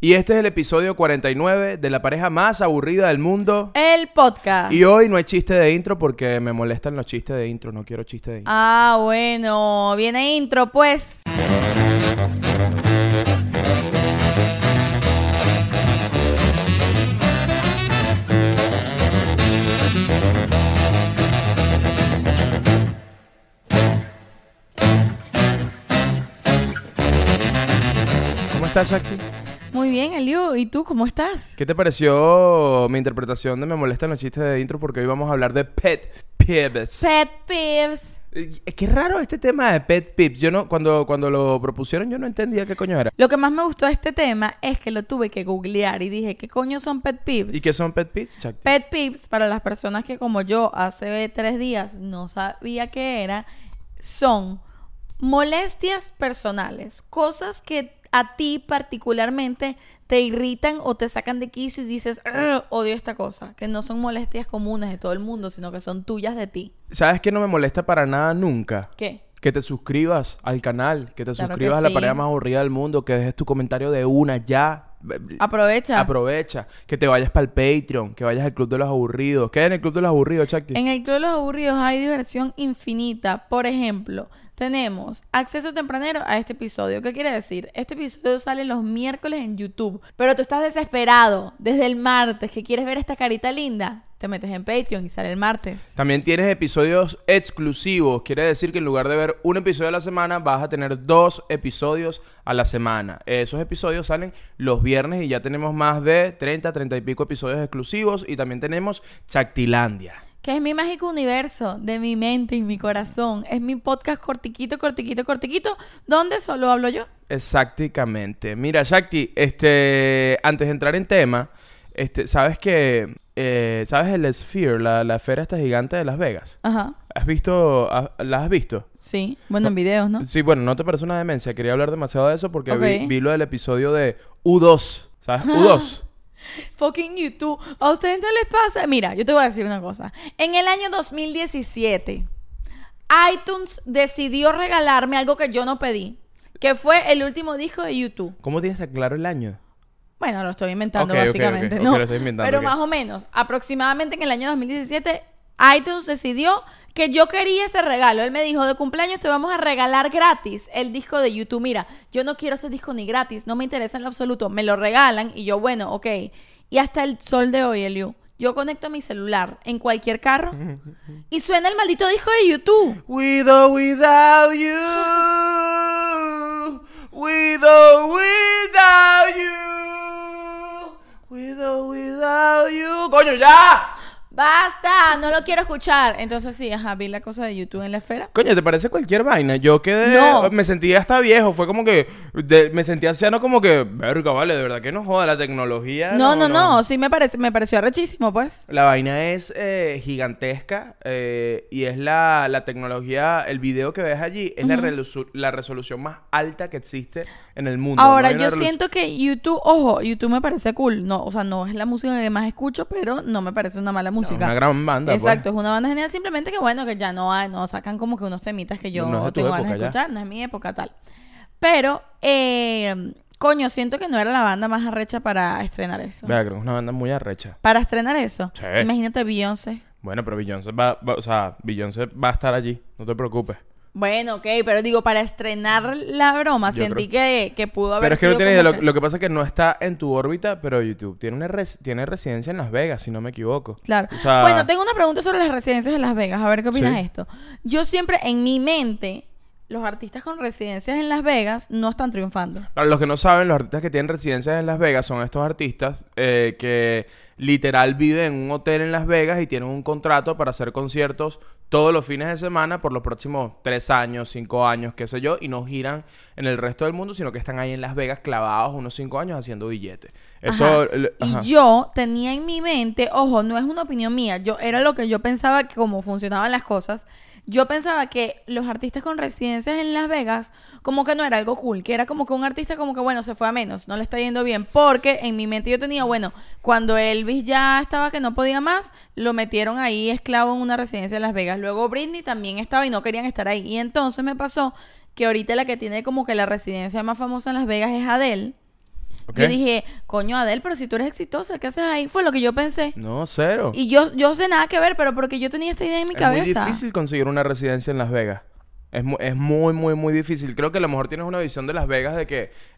Y este es el episodio 49 de la pareja más aburrida del mundo. El podcast. Y hoy no hay chiste de intro porque me molestan los chistes de intro. No quiero chiste de intro. Ah, bueno. Viene intro, pues. ¿Cómo estás, Shakti? Muy bien, Eliu. ¿Y tú cómo estás? ¿Qué te pareció mi interpretación de me molestan los chistes de intro? Porque hoy vamos a hablar de pet peeves. Pet peeves. Qué raro este tema de pet peeves. Yo no, cuando lo propusieron yo no entendía qué coño era. Lo que más me gustó de este tema es que lo tuve que googlear y dije, ¿qué coño son pet peeves? ¿Y qué son pet peeves, Shakti? Pet peeves, para las personas que como yo hace 3 días no sabía qué era, son molestias personales, cosas que a ti particularmente te irritan o te sacan de quicio y dices, odio esta cosa, que no son molestias comunes de todo el mundo, sino que son tuyas de ti. ¿Sabes qué no me molesta para nada nunca? ¿Qué? Que te suscribas al canal, que te Claro suscribas que a la sí. pareja más aburrida del mundo, que dejes tu comentario de una ya. Aprovecha. Aprovecha, que te vayas para el Patreon, que vayas al Club de los Aburridos. ¿Qué hay en el Club de los Aburridos, Shakti? En el Club de los Aburridos hay diversión infinita. Por ejemplo, tenemos acceso tempranero a este episodio. ¿Qué quiere decir? Este episodio sale los miércoles en YouTube. Pero tú estás desesperado desde el martes que quieres ver esta carita linda. Te metes en Patreon y sale el martes. También tienes episodios exclusivos. Quiere decir que en lugar de ver un episodio a la semana, vas a tener 2 episodios a la semana. Esos episodios salen los viernes y ya tenemos más de 30 y pico episodios exclusivos. Y también tenemos Shaktilandia. Que es mi mágico universo de mi mente y mi corazón. Es mi podcast cortiquito, donde solo hablo yo. Exactamente. Mira, Shakti, antes de entrar en tema, ¿sabes que ¿sabes el Sphere, la esfera esta gigante de Las Vegas? Ajá. ¿La has visto? Sí. Bueno, en videos, ¿no? Sí, bueno, ¿no te parece una demencia? Quería hablar demasiado de eso porque Ok. vi lo del episodio de U2. ¿Sabes? U2. Fucking YouTube. ¿A ustedes no les pasa? Mira, yo te voy a decir una cosa. En el año 2017, iTunes decidió regalarme algo que yo no pedí, que fue el último disco de YouTube. ¿Cómo tienes tan claro el año? Bueno, lo estoy inventando Ok, ok, básicamente, ok, ¿no? lo estoy inventando, Pero ok. más o menos, aproximadamente en el año 2017, iTunes decidió que yo quería ese regalo. Él me dijo, de cumpleaños te vamos a regalar gratis el disco de YouTube. Mira, yo no quiero ese disco ni gratis, no me interesa en lo absoluto. Me lo regalan y yo, bueno, ok. Y hasta el sol de hoy, Eliu, yo conecto mi celular en cualquier carro y suena el maldito disco de YouTube. With or without you. With or without you. With or without you. ¡Coño, ya! ¡Basta! No lo quiero escuchar. Entonces sí, ajá, vi la cosa de YouTube en la esfera. Coño, ¿te parece cualquier vaina? Yo quedé... No. Me sentía hasta viejo. Fue como que... me sentía anciano como que... Verga, vale, de verdad que no joda la tecnología. No. Sí me pareció arrechísimo, pues. La vaina es gigantesca y es la tecnología... El video que ves allí es la resolución más alta que existe en el mundo. Ahora, No hay una yo siento que YouTube... Ojo, YouTube me parece cool. No, o sea, no es la música que más escucho, pero no me parece una mala música. No, una gran banda, Exacto, pues. es una banda genial. Simplemente que bueno, que ya no sacan como que unos temitas que yo No es de tu tengo ganas de época ya. escuchar. No es mi época, tal. Pero, coño, siento que no era la banda más arrecha para estrenar eso. Vea, creo que es una banda muy arrecha. Para estrenar eso. Sí. Imagínate Beyoncé. Bueno, pero Beyoncé Beyoncé va a estar allí. No te preocupes. Bueno, ok, pero digo, para estrenar la broma, Yo sentí que pudo haber Pero es que no sido tiene como idea. Lo que pasa es que no está en tu órbita, pero YouTube tiene residencia en Las Vegas, si no me equivoco. Claro. O sea, Bueno, tengo una pregunta sobre las residencias de Las Vegas. A ver qué opinas Sí. de esto. Yo siempre, en mi mente, los artistas con residencias en Las Vegas no están triunfando. Para los que no saben, los artistas que tienen residencias en Las Vegas son estos artistas que literal viven en un hotel en Las Vegas y tienen un contrato para hacer conciertos todos los fines de semana por los próximos 3 años, 5 años, qué sé yo, y no giran en el resto del mundo, sino que están ahí en Las Vegas clavados unos 5 años haciendo billetes. Eso... Y yo tenía en mi mente, ojo, no es una opinión mía, era lo que yo pensaba que como funcionaban las cosas. Yo pensaba que los artistas con residencias en Las Vegas como que no era algo cool, que era como que un artista como que bueno, se fue a menos, no le está yendo bien, porque en mi mente yo tenía, bueno, cuando Elvis ya estaba que no podía más, lo metieron ahí esclavo en una residencia en Las Vegas. Luego Britney también estaba y no querían estar ahí. Y entonces me pasó que ahorita la que tiene como que la residencia más famosa en Las Vegas es Adele. Ok. Yo dije, coño, Adele, pero si tú eres exitosa, ¿qué haces ahí? Fue lo que yo pensé. No, cero. Y yo sé nada que ver, pero porque yo tenía esta idea en mi Es cabeza. muy difícil conseguir una residencia en Las Vegas. Es muy, muy, muy difícil. Creo que a lo mejor tienes una visión de Las Vegas de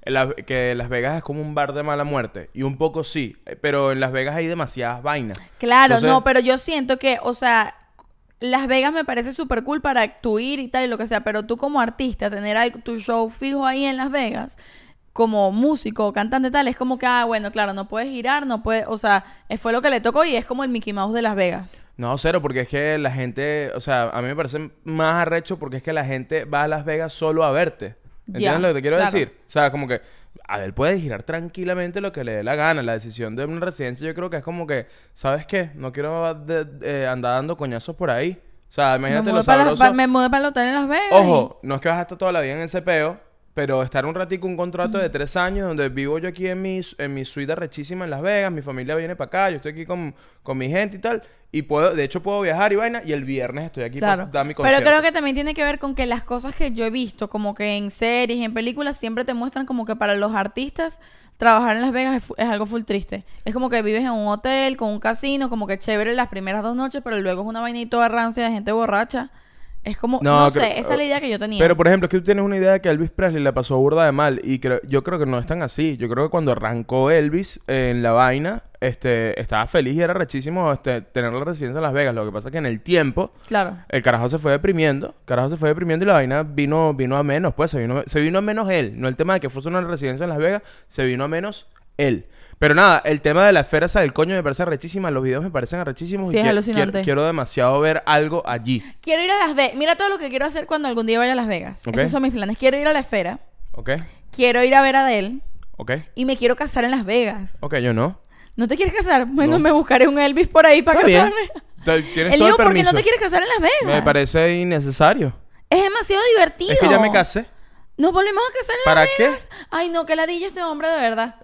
que Las Vegas es como un bar de mala muerte. Y un poco sí. Pero en Las Vegas hay demasiadas vainas. Claro, Entonces, no, pero yo siento que, o sea, Las Vegas me parece súper cool para tú ir y tal y lo que sea, pero tú como artista, tener tu show fijo ahí en Las Vegas, como músico o cantante tal, es como que, bueno, claro, no puedes girar, no puedes, o sea, fue lo que le tocó y es como el Mickey Mouse de Las Vegas. No, cero, porque es que la gente, o sea, a mí me parece más arrecho porque es que la gente va a Las Vegas solo a verte. ¿Entiendes Ya, lo que te quiero claro. decir? O sea, como que Adele puede girar tranquilamente lo que le dé la gana. La decisión de una residencia yo creo que es como que, ¿sabes qué? No quiero andar dando coñazos por ahí. O sea, imagínate lo sabroso. Me mudé para el hotel en Las Vegas. Ojo, no es que vas a estar toda la vida en ese peo, pero estar un ratico un contrato de 3 años donde vivo yo aquí en mi suite arrechísima en Las Vegas, mi familia viene para acá, yo estoy aquí con mi gente y tal, y de hecho puedo viajar y vaina, y el viernes estoy aquí Claro. para dar mi Pero concierto. creo que también tiene que ver con que las cosas que yo he visto, como que en series, en películas, siempre te muestran como que para los artistas trabajar en Las Vegas es algo full triste. Es como que vives en un hotel, con un casino, como que chévere las primeras 2 noches, pero luego es una vainita rancia de gente borracha. Es como, no sé, esa es la idea que yo tenía. Pero, por ejemplo, es que tú tienes una idea de que Elvis Presley la pasó burda de mal. Y yo creo que no es tan así. Yo creo que cuando arrancó Elvis en la vaina, estaba feliz y era rechísimo tener la residencia en Las Vegas. Lo que pasa es que en el tiempo, Claro. el carajo se fue deprimiendo. Y la vaina vino a menos, pues. Se vino a menos él. No el tema de que fuese una residencia en Las Vegas, se vino a menos él. Pero nada, el tema de la esfera esa del coño me parece arrechísima. Los videos me parecen arrechísimos. Sí, y es alucinante. Quiero demasiado ver algo allí. Quiero ir a Las Vegas. Mira todo lo que quiero hacer cuando algún día vaya a Las Vegas. Ok. Estos son mis planes. Quiero ir a la esfera. ¿Ok? Quiero ir a ver a Adele. ¿Ok? Y me quiero casar en Las Vegas. Ok, yo no. ¿No te quieres casar? Bueno, No. me buscaré un Elvis por ahí para Está bien. casarme. Tienes El todo el lío, ¿por qué permiso. no te quieres casar en Las Vegas? Me parece innecesario. Es demasiado divertido. Es que ya me casé. Nos volvemos a casar en ¿Para Las qué? Vegas. Ay, no, que ladilla este hombre de verdad.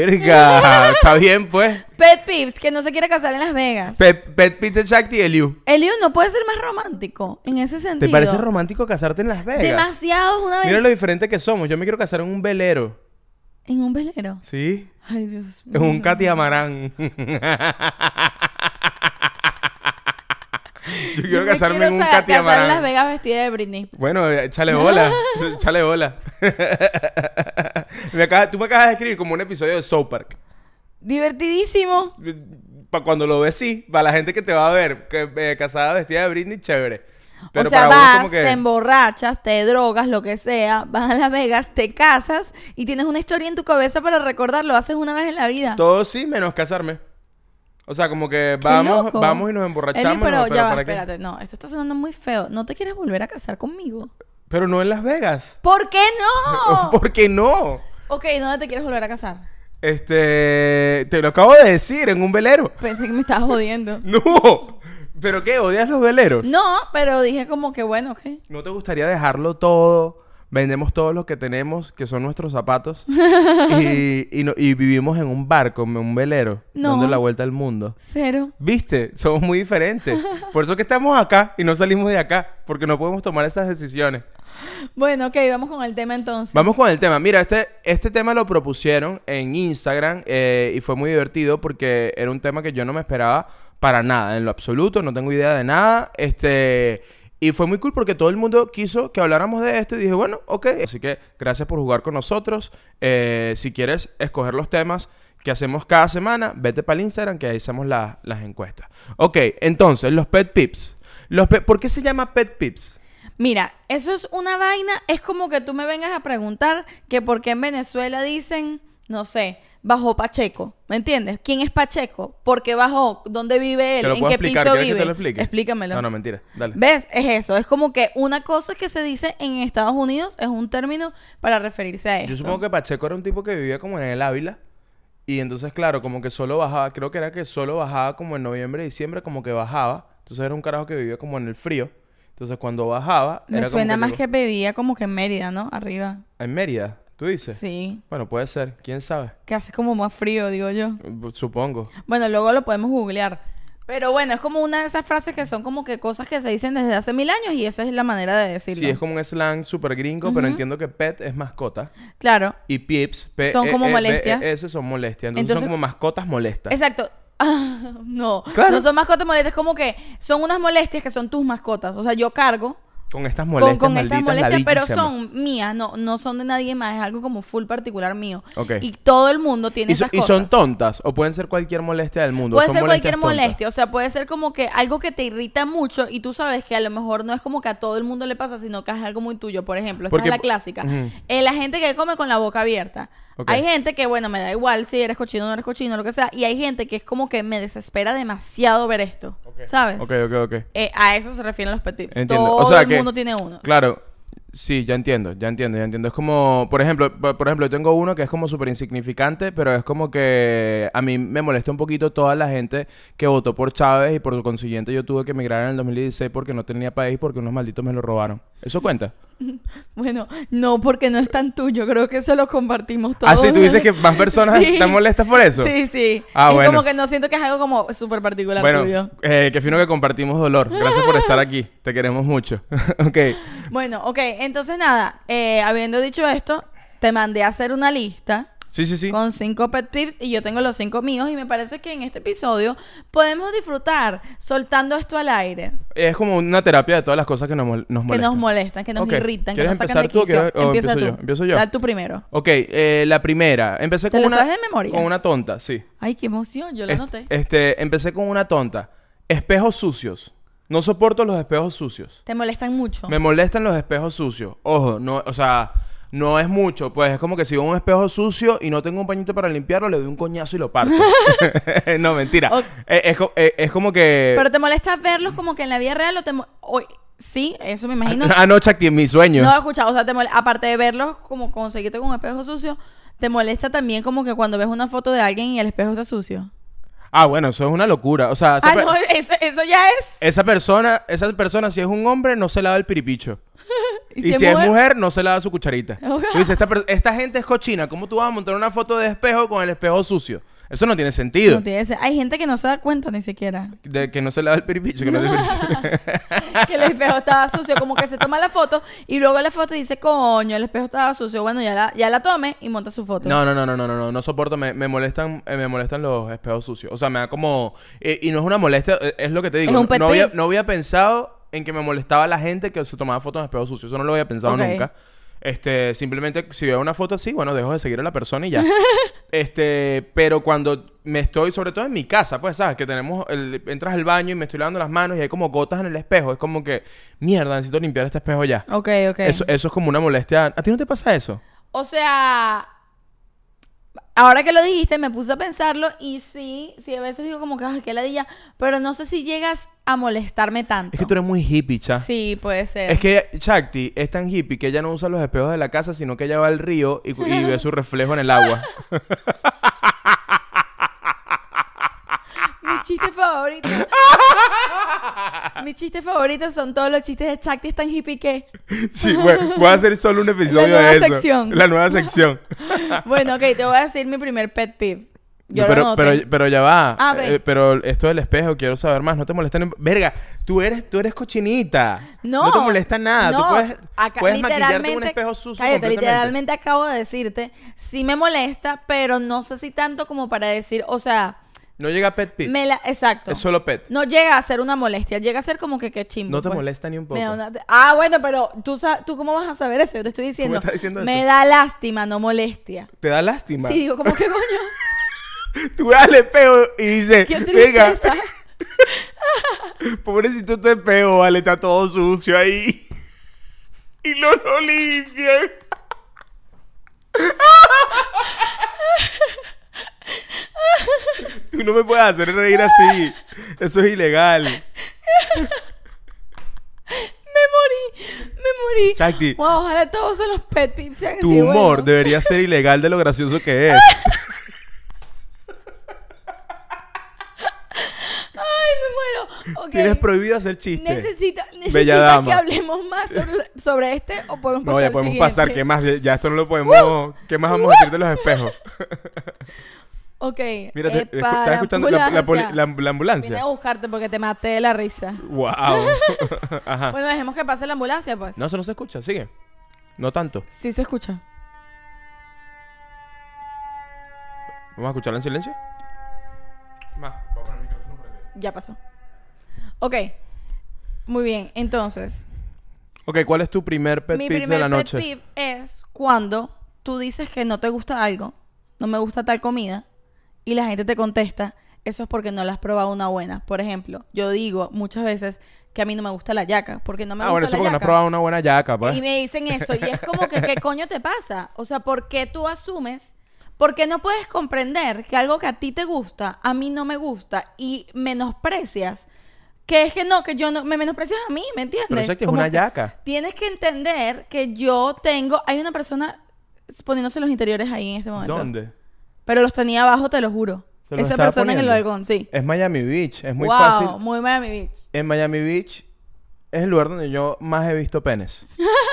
Verga. Está bien, pues. Pet Pips, que no se quiere casar en Las Vegas. Pet Peter Shakti y Eliu. Eliu no puede ser más romántico en ese sentido. ¿Te parece romántico casarte en Las Vegas? Demasiado es una vez. Mira lo diferente que somos. Yo me quiero casar en un velero. En un velero. ¿Sí? Ay, Dios En mío. un catiamarán. Yo quiero me casarme quiero en un casar en Las catiamarán. Vegas vestida de Britney. Bueno, échale bola. Échale bola. Tú me acabas de escribir como un episodio de South Park. Divertidísimo. Para cuando lo ves, sí. Para la gente que te va a ver casada vestida de Britney, chévere. Pero o sea, para uno es vas, como que... te emborrachas, te drogas, lo que sea, vas a Las Vegas, te casas y tienes una historia en tu cabeza para recordarlo. Haces una vez en la vida. Todo sí, menos casarme. O sea, como que Qué vamos loco. y nos emborrachamos. Eli, pero ¿no? ya va, ¿para qué? espérate. No, esto está sonando muy feo. ¿No te quieres volver a casar conmigo? Pero no en Las Vegas. ¿Por qué no? ¿Por qué no? Ok, ¿dónde te quieres volver a casar? Te lo acabo de decir, en un velero. Pensé que me estabas jodiendo. ¡No! ¿Pero qué? ¿Odias los veleros? No, pero dije como que bueno, ok. ¿No te gustaría dejarlo todo? Vendemos todo lo que tenemos, que son nuestros zapatos, y vivimos en un barco, en un velero, No. dando la vuelta al mundo. Cero. ¿Viste? Somos muy diferentes. Por eso que estamos acá y no salimos de acá, porque no podemos tomar estas decisiones. Bueno, ok, vamos con el tema entonces. Vamos con el tema. Mira, este tema lo propusieron en Instagram y fue muy divertido porque era un tema que yo no me esperaba para nada, en lo absoluto, no tengo idea de nada. Y fue muy cool porque todo el mundo quiso que habláramos de esto y dije, bueno, ok. Así que gracias por jugar con nosotros. Si quieres escoger los temas que hacemos cada semana, vete para el Instagram que ahí hacemos las encuestas. Ok, entonces, los pet pips. ¿Por qué se llama pet pips? Mira, eso es una vaina, es como que tú me vengas a preguntar que por qué en Venezuela dicen, no sé, bajó Pacheco, ¿me entiendes? ¿Quién es Pacheco? ¿Por qué bajó? ¿Dónde vive él? ¿Te lo ¿En puedo qué explicar? piso ¿Quieres que vive? te lo explique? Explícamelo. No, mentira. Dale. ¿Ves? Es eso, es como que una cosa que se dice en Estados Unidos es un término para referirse a esto. Yo supongo que Pacheco era un tipo que vivía como en el Ávila. Y entonces, claro, como que solo bajaba. Creo que era que solo bajaba como en noviembre, diciembre, como que bajaba. Entonces era un carajo que vivía como en el frío. Entonces cuando bajaba... Me era suena como más llegó- que vivía como que en Mérida, ¿no? Arriba. En Mérida, ¿tú dices? Sí. Bueno, puede ser. ¿Quién sabe? Que hace como más frío, digo yo. Supongo. Bueno, luego lo podemos googlear. Pero bueno, es como una de esas frases que son como que cosas que se dicen desde hace 1000 años y esa es la manera de decirlo. Sí, es como un slang súper gringo, pero entiendo que pet es mascota. Claro. Y pips, Son como molestias. Esas son molestias. Entonces son como mascotas molestas. Exacto. No, Claro. no son mascotas molestas, como que son unas molestias que son tus mascotas. O sea, yo cargo Con estas molestias con estas molestias, pero ladísimas. son mías, no son de nadie más, es algo como full particular mío. Ok. Y todo el mundo tiene esas ¿Y cosas. son tontas? ¿O pueden ser cualquier molestia del mundo? Puede ¿Son ser molestias cualquier tontas? molestia, o sea, puede ser como que algo que te irrita mucho y tú sabes que a lo mejor no es como que a todo el mundo le pasa, sino que es algo muy tuyo. Por ejemplo, esta Porque- es la clásica. Ujú. La gente que come con la boca abierta. Ok. Hay gente que, bueno, me da igual si eres cochino o no eres cochino, lo que sea. Y hay gente que es como que me desespera demasiado ver esto, ¿sabes? Ok. A eso se refieren los pet peeves. Entiendo. Todo O sea el que- mundo tiene uno. Claro. Sí, ya entiendo. Es como, por ejemplo, yo tengo uno que es como súper insignificante, pero es como que a mí me molesta un poquito toda la gente que votó por Chávez y por consiguiente yo tuve que emigrar en el 2016 porque no tenía país porque unos malditos me lo robaron. ¿Eso cuenta? Bueno, no, porque no es tan tuyo. Creo que eso lo compartimos todos. Ah, sí, tú dices que más personas Sí. están molestas por eso. Sí, sí. Ah, es bueno. como que no siento que es algo como súper particular Bueno, tuyo. qué fino que compartimos dolor. Gracias por estar aquí. Te queremos mucho. Ok. Bueno, ok. Entonces, nada. Habiendo dicho esto, te mandé a hacer una lista Sí. con 5 pet peeves y yo tengo los 5 míos y me parece que en este episodio podemos disfrutar soltando esto al aire. Es como una terapia de todas las cosas que nos molestan. Que nos molestan, que nos Ok. irritan, que ¿Quieres nos sacan de empezar tú o quicio. quieres- o Empieza empiezo tú. yo? Empiezo yo. Dale tú primero. Ok, la primera. Empecé ¿Te con lo una... sabes de memoria? Con una tonta, sí. Ay, qué emoción. Yo lo noté. Empecé con una tonta. Espejos sucios. No soporto los espejos sucios. Te molestan mucho. Me molestan los espejos sucios. Ojo, no, o sea, no es mucho. Pues es como que si veo un espejo sucio y no tengo un pañito para limpiarlo, le doy un coñazo y lo parto. No, mentira. Ok. Es como que... Pero te molesta verlos como que en la vida real o te... Sí, eso me imagino. Anoche aquí en mis sueños. No he escuchado, o sea, aparte de verlos como conseguirte con un espejo sucio, te molesta también como que cuando ves una foto de alguien y el espejo está sucio. Ah, bueno, eso es una locura. O sea, No, eso ya es. esa persona, si es un hombre, no se lava el piripicho. Y es si es mujer, no se lava su cucharita. Ojalá. Tú dices, esta gente es cochina. ¿Cómo tú vas a montar una foto de espejo con el espejo sucio? Eso no tiene sentido. No tiene ese- Hay gente que no se da cuenta ni siquiera De que no se lava el piripicho. Que no se... que el espejo estaba sucio, como que se toma la foto y luego la foto dice, coño, el espejo estaba sucio. Bueno, ya la tome y monta su foto. No soporto. Me molestan los espejos sucios. O sea, me da como... y no es una molestia, es lo que te digo. Es un pet peeve. No había pensado en que me molestaba la gente que se tomaba fotos en espejos sucios. Eso no lo había pensado Ok. nunca. Simplemente si veo una foto así, bueno, dejo de seguir a la persona y ya. Pero cuando me estoy, sobre todo en mi casa, pues, ¿sabes? Que entras al baño y me estoy lavando las manos y hay como gotas en el espejo. Es como que, mierda, necesito limpiar este espejo ya. Ok. Eso es como una molestia. ¿A ti no te pasa eso? O sea, ahora que lo dijiste, me puse a pensarlo y sí, a veces digo como que, ay, qué ladilla, pero no sé si llegas a molestarme tanto. Es que tú eres muy hippie, cha. Sí, puede ser. Es que Shakti es tan hippie que ella no usa los espejos de la casa, sino que ella va al río y ve su reflejo en el agua. Mi chiste favorito. Mi chiste favorito son todos los chistes de Chakti, es tan hippie que... Sí, bueno, voy a hacer solo un episodio La nueva de eso. sección. La nueva sección. Bueno, ok, te voy a decir mi primer pet peeve. Yo lo noté. pero ya va. Ah, ok. Pero esto del espejo, quiero saber más. No te molesta ni... Verga, tú eres cochinita. No. No te molesta nada. No, Tú acá puedes maquillarte en un literalmente- espejo sucio Cállate, completamente. literalmente acabo de decirte, sí me molesta, pero no sé si tanto como para decir, o sea, No llega a pet peeve. exacto. Es solo pet. No llega a ser una molestia, llega a ser como que qué chimbo. No te pues. molesta ni un poco. Me da una- bueno, pero ¿tú cómo vas a saber eso? Yo te estoy diciendo. estás diciendo me eso? da lástima, no molestia. ¿Te da lástima? Sí, digo, como que coño, Tú ves al espejo y dices, qué verga, tristeza. pobrecito tu espejo, vale, está todo sucio ahí. Y no lo limpian. Tú no me puedes hacer reír así. Eso es ilegal. Me morí. Shakti, Wow, ojalá todos los pet peeves sean tu así, humor buenos. debería ser ilegal de lo gracioso que es. Ay, me muero. Ok. Tienes prohibido hacer chistes. Necesito Bella que dama. hablemos más sobre este o podemos pasar No, ya al podemos siguiente? pasar. ¿Qué más? Ya esto no lo podemos... ¿Qué más vamos a decir de los espejos? Ok. Mira, epa, estás la escuchando la ambulancia. ambulancia. Vine a buscarte porque te maté de la risa. Wow. Ajá. Bueno, dejemos que pase la ambulancia, pues. No, eso no se escucha, sigue. No tanto. Sí se escucha. ¿Vamos a escucharla en silencio? Más, voy a poner el micrófono por aquí. Ya pasó. Ok. Muy bien, entonces. Ok, ¿cuál es tu primer pet Mi peeve de la primer noche? pet peeve es cuando tú dices que no te gusta algo, no me gusta tal comida, y la gente te contesta, eso es porque no la has probado una buena. Por ejemplo, yo digo muchas veces que a mí no me gusta la yaca, porque no me gusta Bueno, eso la porque no has yaca. probado una buena yaca, pues. Y me dicen eso, y es como que, ¿qué coño te pasa? O sea, ¿por qué tú asumes? ¿Por qué no puedes comprender que algo que a ti te gusta, a mí no me gusta, y menosprecias? Que es que no, que yo no, me menosprecias a mí, ¿me entiendes? Pero eso es que es Como una yaca. tienes que entender que yo tengo... Hay una persona poniéndose los interiores ahí en este momento. ¿Dónde? Pero los tenía abajo, te lo juro. ¿Se los Esa estaba persona en el poniendo? balcón, sí. Es Miami Beach. Es muy Wow, fácil. muy Miami Beach. En Miami Beach es el lugar donde yo más he visto penes.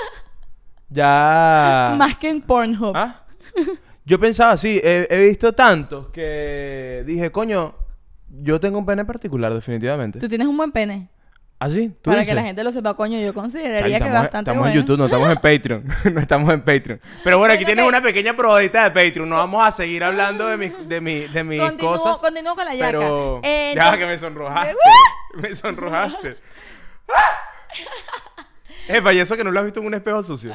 Ya... Más que en Pornhub. ¿Ah? Yo pensaba así, he visto tantos que dije, coño, yo tengo un pene particular, definitivamente. Tú tienes un buen pene. ¿Ah, sí? ¿Tú Para dices? que la gente lo sepa, coño, yo consideraría Chale, que estamos, bastante estamos en bueno. YouTube, no estamos en Patreon. No estamos en Patreon. Pero bueno, aquí Bueno, tienes ok. una pequeña probadita de Patreon. No vamos a seguir hablando de mis cosas. Continúo con la yaca. Pero... ya, Entonces- que me sonrojaste. Me sonrojaste. Epa, y eso que no lo has visto en un espejo sucio.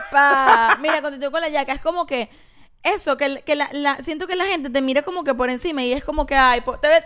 ¡Epa! Mira, continúo con la yaca. Es como que... Eso, siento que la gente te mira como que por encima y es como que, ay,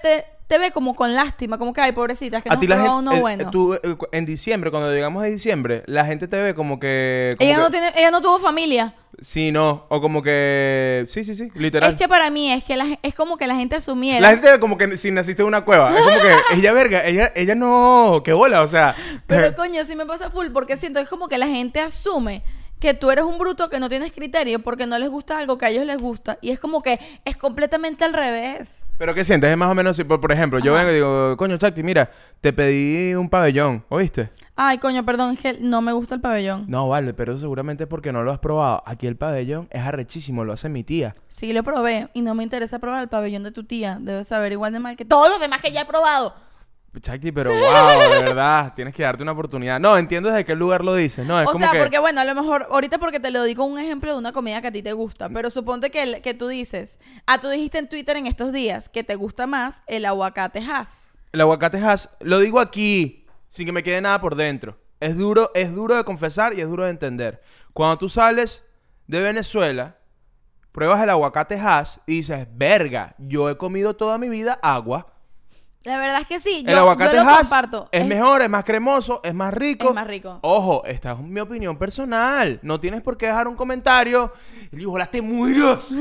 te ve como con lástima, como que, ay, pobrecita, es que no has probado uno bueno. En diciembre, cuando llegamos a diciembre, la gente te ve como que... Ella no tuvo familia. Sí, no. O como que... Sí, literal. Es que para mí es como que la gente asumiera. La gente te ve como que si naciste en una cueva. Es como que ella, verga, ella no... ¡Qué bola! O sea... Pero coño, sí me pasa full porque siento que es como que la gente asume que tú eres un bruto que no tienes criterio porque no les gusta algo que a ellos les gusta. Y es como que es completamente al revés. ¿Pero qué sientes? Es más o menos... Si, por ejemplo, yo Ajá. vengo y digo... Coño, Chakti, mira, te pedí un pabellón. ¿Oíste? Ay, coño, perdón, es que no me gusta el pabellón. No, vale, pero eso seguramente es porque no lo has probado. Aquí el pabellón es arrechísimo, lo hace mi tía. Sí, lo probé y no me interesa probar el pabellón de tu tía. Debes saber igual de mal que todos los demás que ya he probado. Chakti, pero wow, de verdad, tienes que darte una oportunidad. No, entiendo desde qué lugar lo dices, ¿no? Es O como sea, que... porque bueno, a lo mejor ahorita porque te lo digo un ejemplo de una comida que a ti te gusta, pero suponte que tú dices, tú dijiste en Twitter en estos días que te gusta más el aguacate Hass. El aguacate Hass, lo digo aquí, sin que me quede nada por dentro. Es duro de confesar y es duro de entender. Cuando tú sales de Venezuela, pruebas el aguacate Hass y dices, verga, yo he comido toda mi vida agua. La verdad es que sí, El aguacate yo lo Hass comparto. es mejor, es más cremoso, es más rico. Es más rico. Ojo, esta es mi opinión personal. No tienes por qué dejar un comentario. Y digo, ojalá te mueras.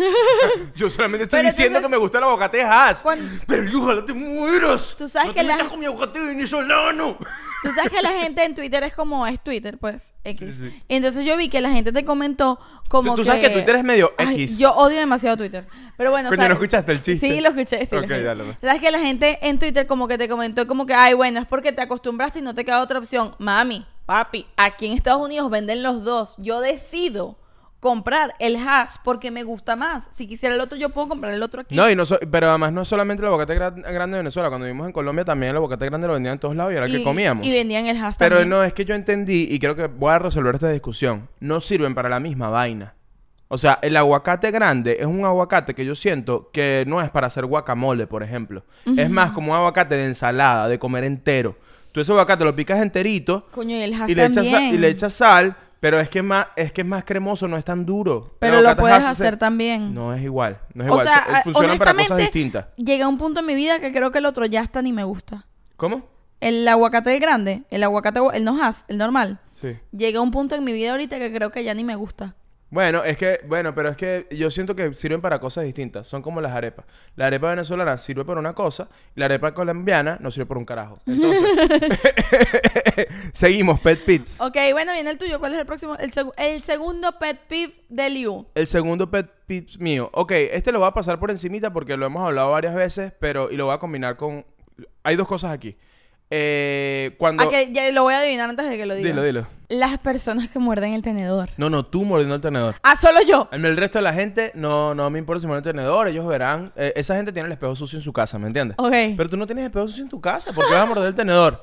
Yo solamente estoy Pero diciendo entonces, que me gusta el aguacate Hass. cuando- Pero yo, ojalá te mueras. Tú sabes no que te la- metas con mi aguacate venezolano. Tú sabes que la gente en Twitter es Twitter, pues, X. Sí, sí. Entonces yo vi que la gente te comentó como Tú sabes que Twitter es medio Ay, X. yo odio demasiado Twitter. Pero bueno, Coño, ¿no escuchaste el chiste? Sí, lo escuché. Sí, lo Ok, escuché. dale, pues. Sabes que la gente en Twitter como que te comentó como que, ay, bueno, es porque te acostumbraste y no te queda otra opción. Mami, papi, aquí en Estados Unidos venden los dos. Yo decido comprar el Hass porque me gusta más. Si quisiera el otro, yo puedo comprar el otro aquí. No, pero además no es solamente el aguacate grande de Venezuela. Cuando vivimos en Colombia también el aguacate grande lo vendían en todos lados y era el que comíamos. Y vendían el Hass Pero también. no, es que yo entendí y creo que voy a resolver esta discusión. No sirven para la misma vaina. O sea, el aguacate grande es un aguacate que yo siento que no es para hacer guacamole, por ejemplo. Es más como un aguacate de ensalada, de comer entero. Tú ese aguacate lo picas enterito Coño, y el Hass y le también. echas sal, pero es que es más cremoso, no es tan duro. Pero El lo aguacate puedes Hass hacer también. No es igual, no es O igual. sea, Funcionan para cosas honestamente, distintas. llega un punto en mi vida que creo que el otro ya hasta ni me gusta. ¿Cómo? El aguacate grande, el no Hass, el normal. Sí. Llega un punto en mi vida ahorita que creo que ya ni me gusta. Bueno, pero es que yo siento que sirven para cosas distintas. Son como las arepas. La arepa venezolana sirve para una cosa y la arepa colombiana no sirve por un carajo. Entonces, seguimos, pet peeves. Ok, bueno, viene el tuyo. ¿Cuál es el próximo? El segundo pet peeve de Liu. El segundo pet peeve mío. Ok, este lo voy a pasar por encimita porque lo hemos hablado varias veces, y lo voy a combinar con... Hay dos cosas aquí. Cuando... Ah, que ya lo voy a adivinar antes de que lo digas. Dilo. Las personas que muerden el tenedor. No, tú mordiendo el tenedor. Ah, solo yo. El resto de la gente no me importa si muerde el tenedor, ellos verán. Esa gente tiene el espejo sucio en su casa, ¿me entiendes? Ok. Pero tú no tienes espejo sucio en tu casa, ¿por qué vas a morder el tenedor?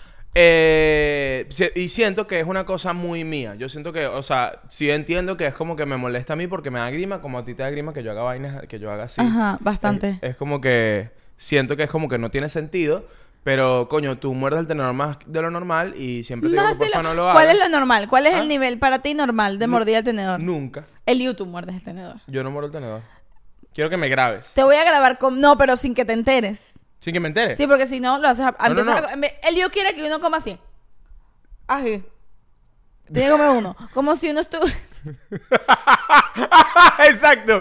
Y siento que es una cosa muy mía. Yo siento que, o sea, sí entiendo que es como que me molesta a mí porque me da grima, como a ti te da grima que yo haga vainas, que yo haga así. Ajá, bastante. Es como que siento que es como que no tiene sentido. Pero, coño, tú muerdes el tenedor más de lo normal y siempre te digo que porfa no lo hagas. ¿Cuál es lo normal? ¿Cuál es ¿Ah? el nivel para ti normal de mordida el tenedor? Nunca. El YouTube muerdes el tenedor. Yo no muerdo el tenedor. Quiero que me grabes. Te voy a grabar con... No, pero sin que te enteres. Sin que me entere. Sí, porque si no, lo haces... No. El yo quiere que uno coma así. Así. Tiene que comer uno. Como si uno estuviera... Exacto.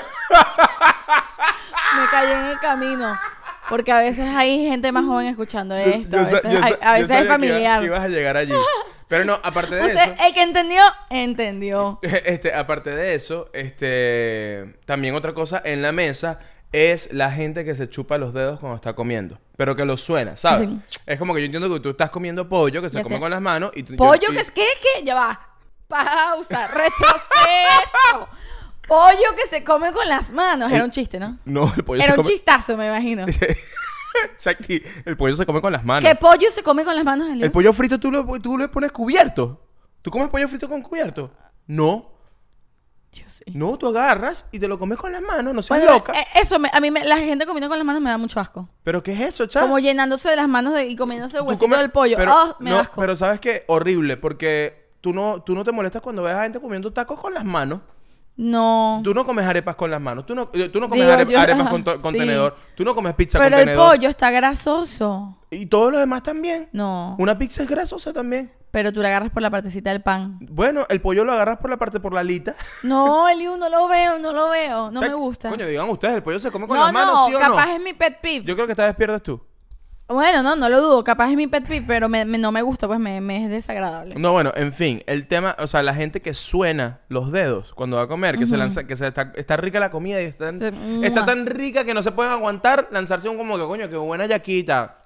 Me callé en el camino. Porque a veces hay gente más joven escuchando esto. A veces es familiar. Que ibas a llegar allí. Pero no, aparte de Usted, eso... el que entendió, entendió. Aparte de eso, también otra cosa en la mesa es la gente que se chupa los dedos cuando está comiendo. Pero que lo suena, ¿sabes? Sí. Es como que yo entiendo que tú estás comiendo pollo que se Ya come sé. con las manos y tú... Pollo, ¿qué? Ya va. Pausa. Retroceso. Pollo que se come con las manos. Era un chiste, ¿no? No, el pollo Era se un come... chistazo, me imagino. Shakti, el pollo se come con las manos. ¿Qué pollo se come con las manos, Elio? El pollo frito tú le pones cubierto. ¿Tú comes pollo frito con cubierto? No. Yo sí. No, tú agarras y te lo comes con las manos, no seas Bueno, loca. La gente comiendo con las manos me da mucho asco. ¿Pero qué es eso, chaval? Como llenándose de las manos y comiéndose el Tú huesito comes- del pollo. Pero, Me no, da asco. pero ¿sabes qué? Horrible, porque tú no te molestas cuando ves a gente comiendo tacos con las manos. No. Tú no comes arepas con las manos. Tú no comes Digo, arepas con sí. tenedor. Tú no comes pizza Pero con el tenedor. pollo está grasoso. Y todo lo demás también. No. Una pizza es grasosa también. Pero tú la agarras por la partecita del pan. Bueno, el pollo lo agarras por la alita. No, Eliu, no lo veo. No O sea, me gusta. Coño, digan ustedes, el pollo se come con No, las manos, ¿sí o no? capaz es mi pet peeve. Yo creo que esta vez pierdes tú. Bueno, no lo dudo. Capaz es mi pet peeve, pero no me gusta, pues me es desagradable. No, bueno, en fin, el tema, o sea, la gente que suena los dedos cuando va a comer, que se lanza, está rica la comida y está tan rica que no se pueden aguantar lanzarse un como que, coño, qué buena yaquita.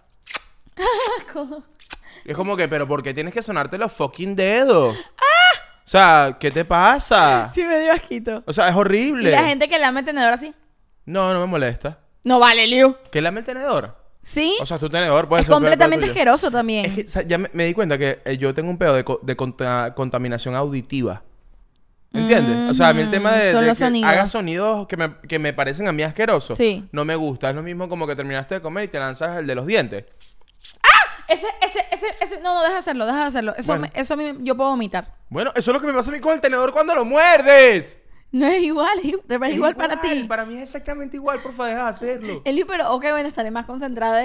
Es como que, pero ¿por qué tienes que sonarte los fucking dedos? O sea, ¿qué te pasa? Sí, me dio asquito. O sea, es Y horrible. la gente que lame el tenedor así. No me molesta. No vale, Eliu. ¿Qué lame el tenedor? ¿Sí? O sea, tu tenedor puede Es ser peor que el completamente tuyo. asqueroso también. Es que o sea, ya me di cuenta que yo tengo un pedo de contaminación auditiva. ¿Entiendes? O sea, a mí el tema de Son que los sonidos. haga sonidos que me parecen a mí asquerosos. Sí. No me gusta. Es lo mismo como que terminaste de comer y te lanzas el de los dientes. No, deja de hacerlo. Eso, Bueno. eso a mí, yo puedo vomitar. Bueno, eso es lo que me pasa a mí con el tenedor cuando lo muerdes. No es igual, Eliu. Es igual para ti. Para mí es exactamente igual. Porfa, deja de hacerlo. Eliu, pero ok, bueno, estaré más concentrada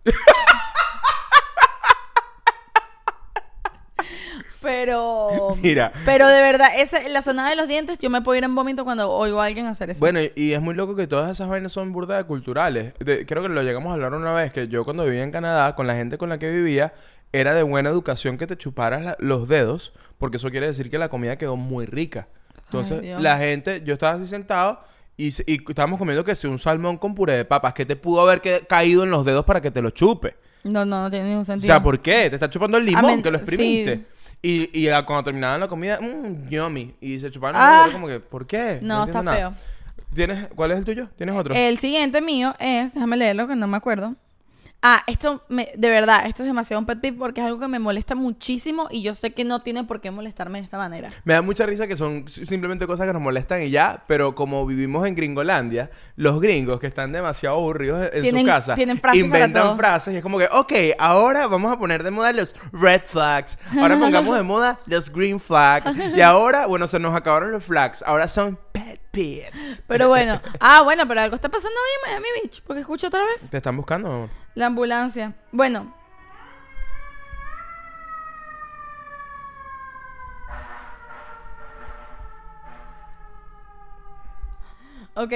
Pero... Mira. Pero de verdad, la zona de los dientes, yo me puedo ir en vómito cuando oigo a alguien hacer eso. Bueno, y es muy loco que todas esas vainas son burdas de culturales. Creo que lo llegamos a hablar una vez, que yo cuando vivía en Canadá, con la gente con la que vivía, era de buena educación que te chuparas los dedos, porque eso quiere decir que la comida quedó muy rica. Entonces, Ay, Dios. la gente, yo estaba así sentado y estábamos comiendo que si un salmón con puré de papas, que te pudo haber caído en los dedos para que te lo chupe. No tiene ningún O sentido. sea, ¿por qué? Te está chupando el limón, que lo sí. exprimiste. Y cuando terminaban la comida, yummy. Y se chupaban Ah. los dedos como que, ¿por qué? No, entiendo está nada. ¿Cuál es el tuyo? ¿Tienes otro? El siguiente mío es, déjame leerlo que no me acuerdo. De verdad, esto es demasiado un pet peeve porque es algo que me molesta muchísimo y yo sé que no tiene por qué molestarme de esta manera. Me da mucha risa que son simplemente cosas que nos molestan y ya, pero como vivimos en Gringolandia, los gringos que están demasiado aburridos en su casa tienen frases para inventan todo. frases y es como que, ok, ahora vamos a poner de moda los red flags, ahora pongamos de moda los green flags y ahora, bueno, se nos acabaron los flags, ahora son pet peeves. Pero bueno, bueno, pero algo está pasando ahí en Miami Beach porque escucho otra vez ¿Te están buscando, mi amor? la ambulancia. Bueno. Ok.